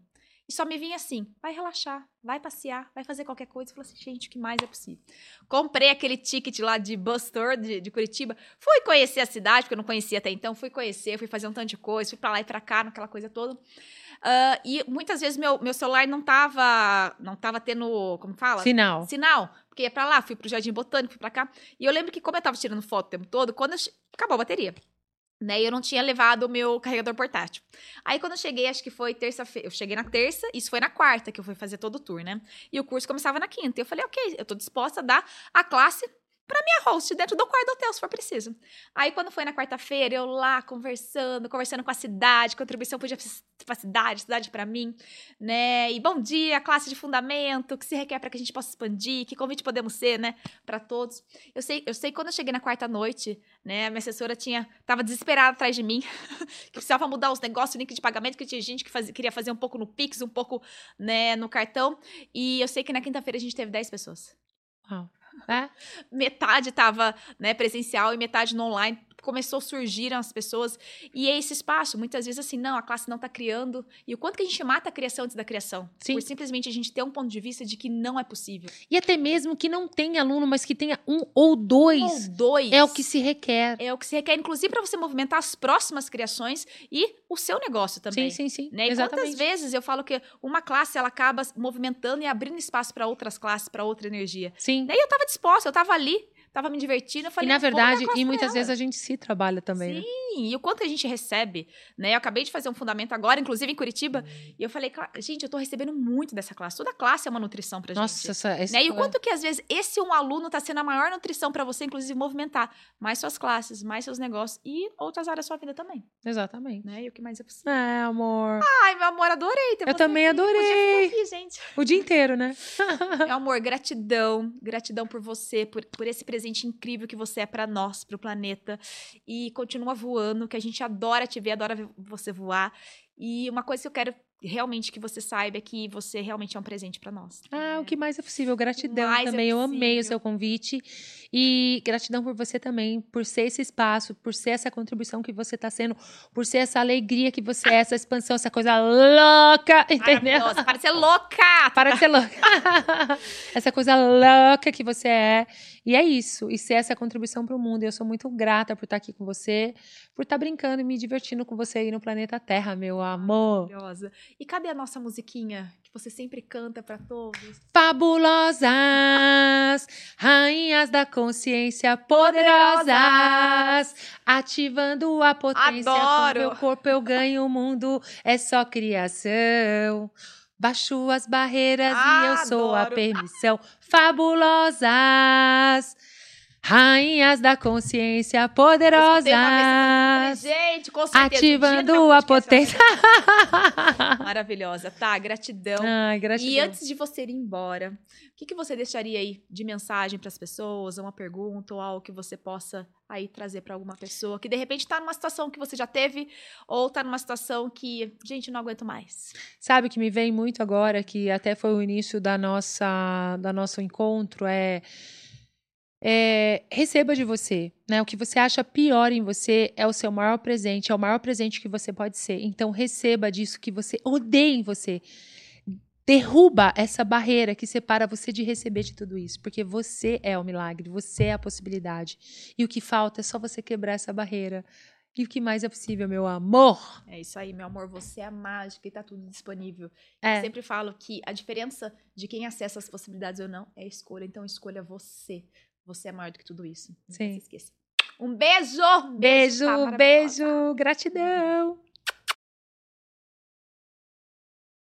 E só me vinha assim, vai relaxar, vai passear, vai fazer qualquer coisa. Eu falei assim, gente, o que mais é possível? Comprei aquele ticket lá de bus tour de, de Curitiba. Fui conhecer a cidade, porque eu não conhecia até então. Fui conhecer, fui fazer um tanto de coisa. Fui pra lá e pra cá, naquela coisa toda. Uh, e muitas vezes meu, meu celular não tava, não tava tendo, como fala? Sinal. Sinal. Porque ia pra lá, fui pro Jardim Botânico, fui pra cá. E eu lembro que como eu tava tirando foto o tempo todo, quando eu, acabou a bateria. Né, eu não tinha levado o meu carregador portátil. Aí, quando eu cheguei, acho que foi terça-feira. Eu cheguei na terça, isso foi na quarta que eu fui fazer todo o tour, né? E o curso começava na quinta. E eu falei, ok, eu tô disposta a dar a classe pra minha host dentro do quarto do hotel, se for preciso. Aí, quando foi na quarta-feira, eu lá conversando, conversando com a cidade, contribuição para a cidade, cidade para mim, né? E bom dia, classe de fundamento, o que se requer para que a gente possa expandir, que convite podemos ser, né? Para todos. Eu sei, eu sei quando eu cheguei na quarta noite, né? A minha assessora tinha, tava desesperada atrás de mim, que precisava mudar os negócios, o link de pagamento, que tinha gente que fazia, queria fazer um pouco no Pix, um pouco, né, no cartão. E eu sei que na quinta-feira a gente teve dez pessoas. Uau. É? Metade estava, né, presencial e metade no online. Começou a surgir as pessoas. E é esse espaço, muitas vezes assim, não, a classe não está criando. E o quanto que a gente mata a criação antes da criação. Sim. Por simplesmente a gente ter um ponto de vista de que não é possível. E até mesmo que não tenha aluno, mas que tenha um ou dois. Um ou dois. É o que se requer. É o que se requer, inclusive, para você movimentar as próximas criações e o seu negócio também. Sim, sim, sim. Né? E exatamente. quantas vezes eu falo que uma classe, ela acaba movimentando e abrindo espaço para outras classes, para outra energia. Sim. Daí eu estava disposta, eu estava ali, tava me divertindo, eu falei, e na verdade, e muitas ela. vezes a gente se trabalha também, Sim, né? e o quanto a gente recebe, né? Eu acabei de fazer um fundamento agora, inclusive em Curitiba, e eu falei, gente, eu tô recebendo muito dessa classe. Toda classe é uma nutrição pra Nossa, gente. essa, essa Né? E o quanto que, às vezes, esse um aluno tá sendo a maior nutrição pra você, inclusive, movimentar mais suas classes, mais seus negócios e outras áreas da sua vida também. Exatamente. Né? E o que mais é possível. É, amor. Ai, meu amor, adorei ter Eu você também aqui. adorei. Podia ficar aqui, gente. O dia inteiro, né? Meu amor, gratidão. Gratidão por você, por, por esse presente incrível que você é pra nós, pro planeta. E continua voando, que a gente adora te ver, adora ver você voar. E uma coisa que eu quero realmente que você saiba é que você realmente é um presente pra nós. Ah, é. o que mais é possível. Gratidão mais também. é Eu amei o possível. seu convite. E gratidão por você também, por ser esse espaço, por ser essa contribuição que você está sendo, por ser essa alegria que você é, essa expansão, essa coisa louca, entendeu? Maravilhosa. Para de ser louca! Para de ser louca. Essa coisa louca que você é. E é isso. E ser essa contribuição para o mundo. E eu sou muito grata por estar aqui com você, por estar brincando e me divertindo com você aí no planeta Terra, meu amor. Maravilhosa. E cadê a nossa musiquinha que você sempre canta para todos? Fabulosas, rainhas da consciência poderosas, ativando a potência. Adoro! Com meu corpo eu ganho o mundo, é só criação. Baixo as barreiras Ah, e eu sou a adoro. permissão. Fabulosas, rainhas da consciência poderosas, gente, com certeza. ativando a potência. Maravilhosa, tá? Gratidão. Ai, gratidão. E antes de você ir embora, o que, que você deixaria aí de mensagem para as pessoas, uma pergunta ou algo que você possa aí trazer para alguma pessoa que de repente tá numa situação que você já teve ou tá numa situação que, gente, não aguento mais. Sabe o que me vem muito agora, que até foi o início da nossa, da nosso encontro, é, é receba de você, né? O que você acha pior em você é o seu maior presente, é o maior presente que você pode ser. Então receba disso que você odeia em você. Derruba essa barreira que separa você de receber de tudo isso, porque você é o milagre, você é a possibilidade. E o que falta é só você quebrar essa barreira. E o que mais é possível, meu amor? É isso aí, meu amor, você é a mágica e tá tudo disponível. É. Eu sempre falo que a diferença de quem acessa as possibilidades ou não é a escolha, então escolha você. Você é maior do que tudo isso. Não Sim. se esqueça. Um beijo! Beijo, tá, beijo, gratidão.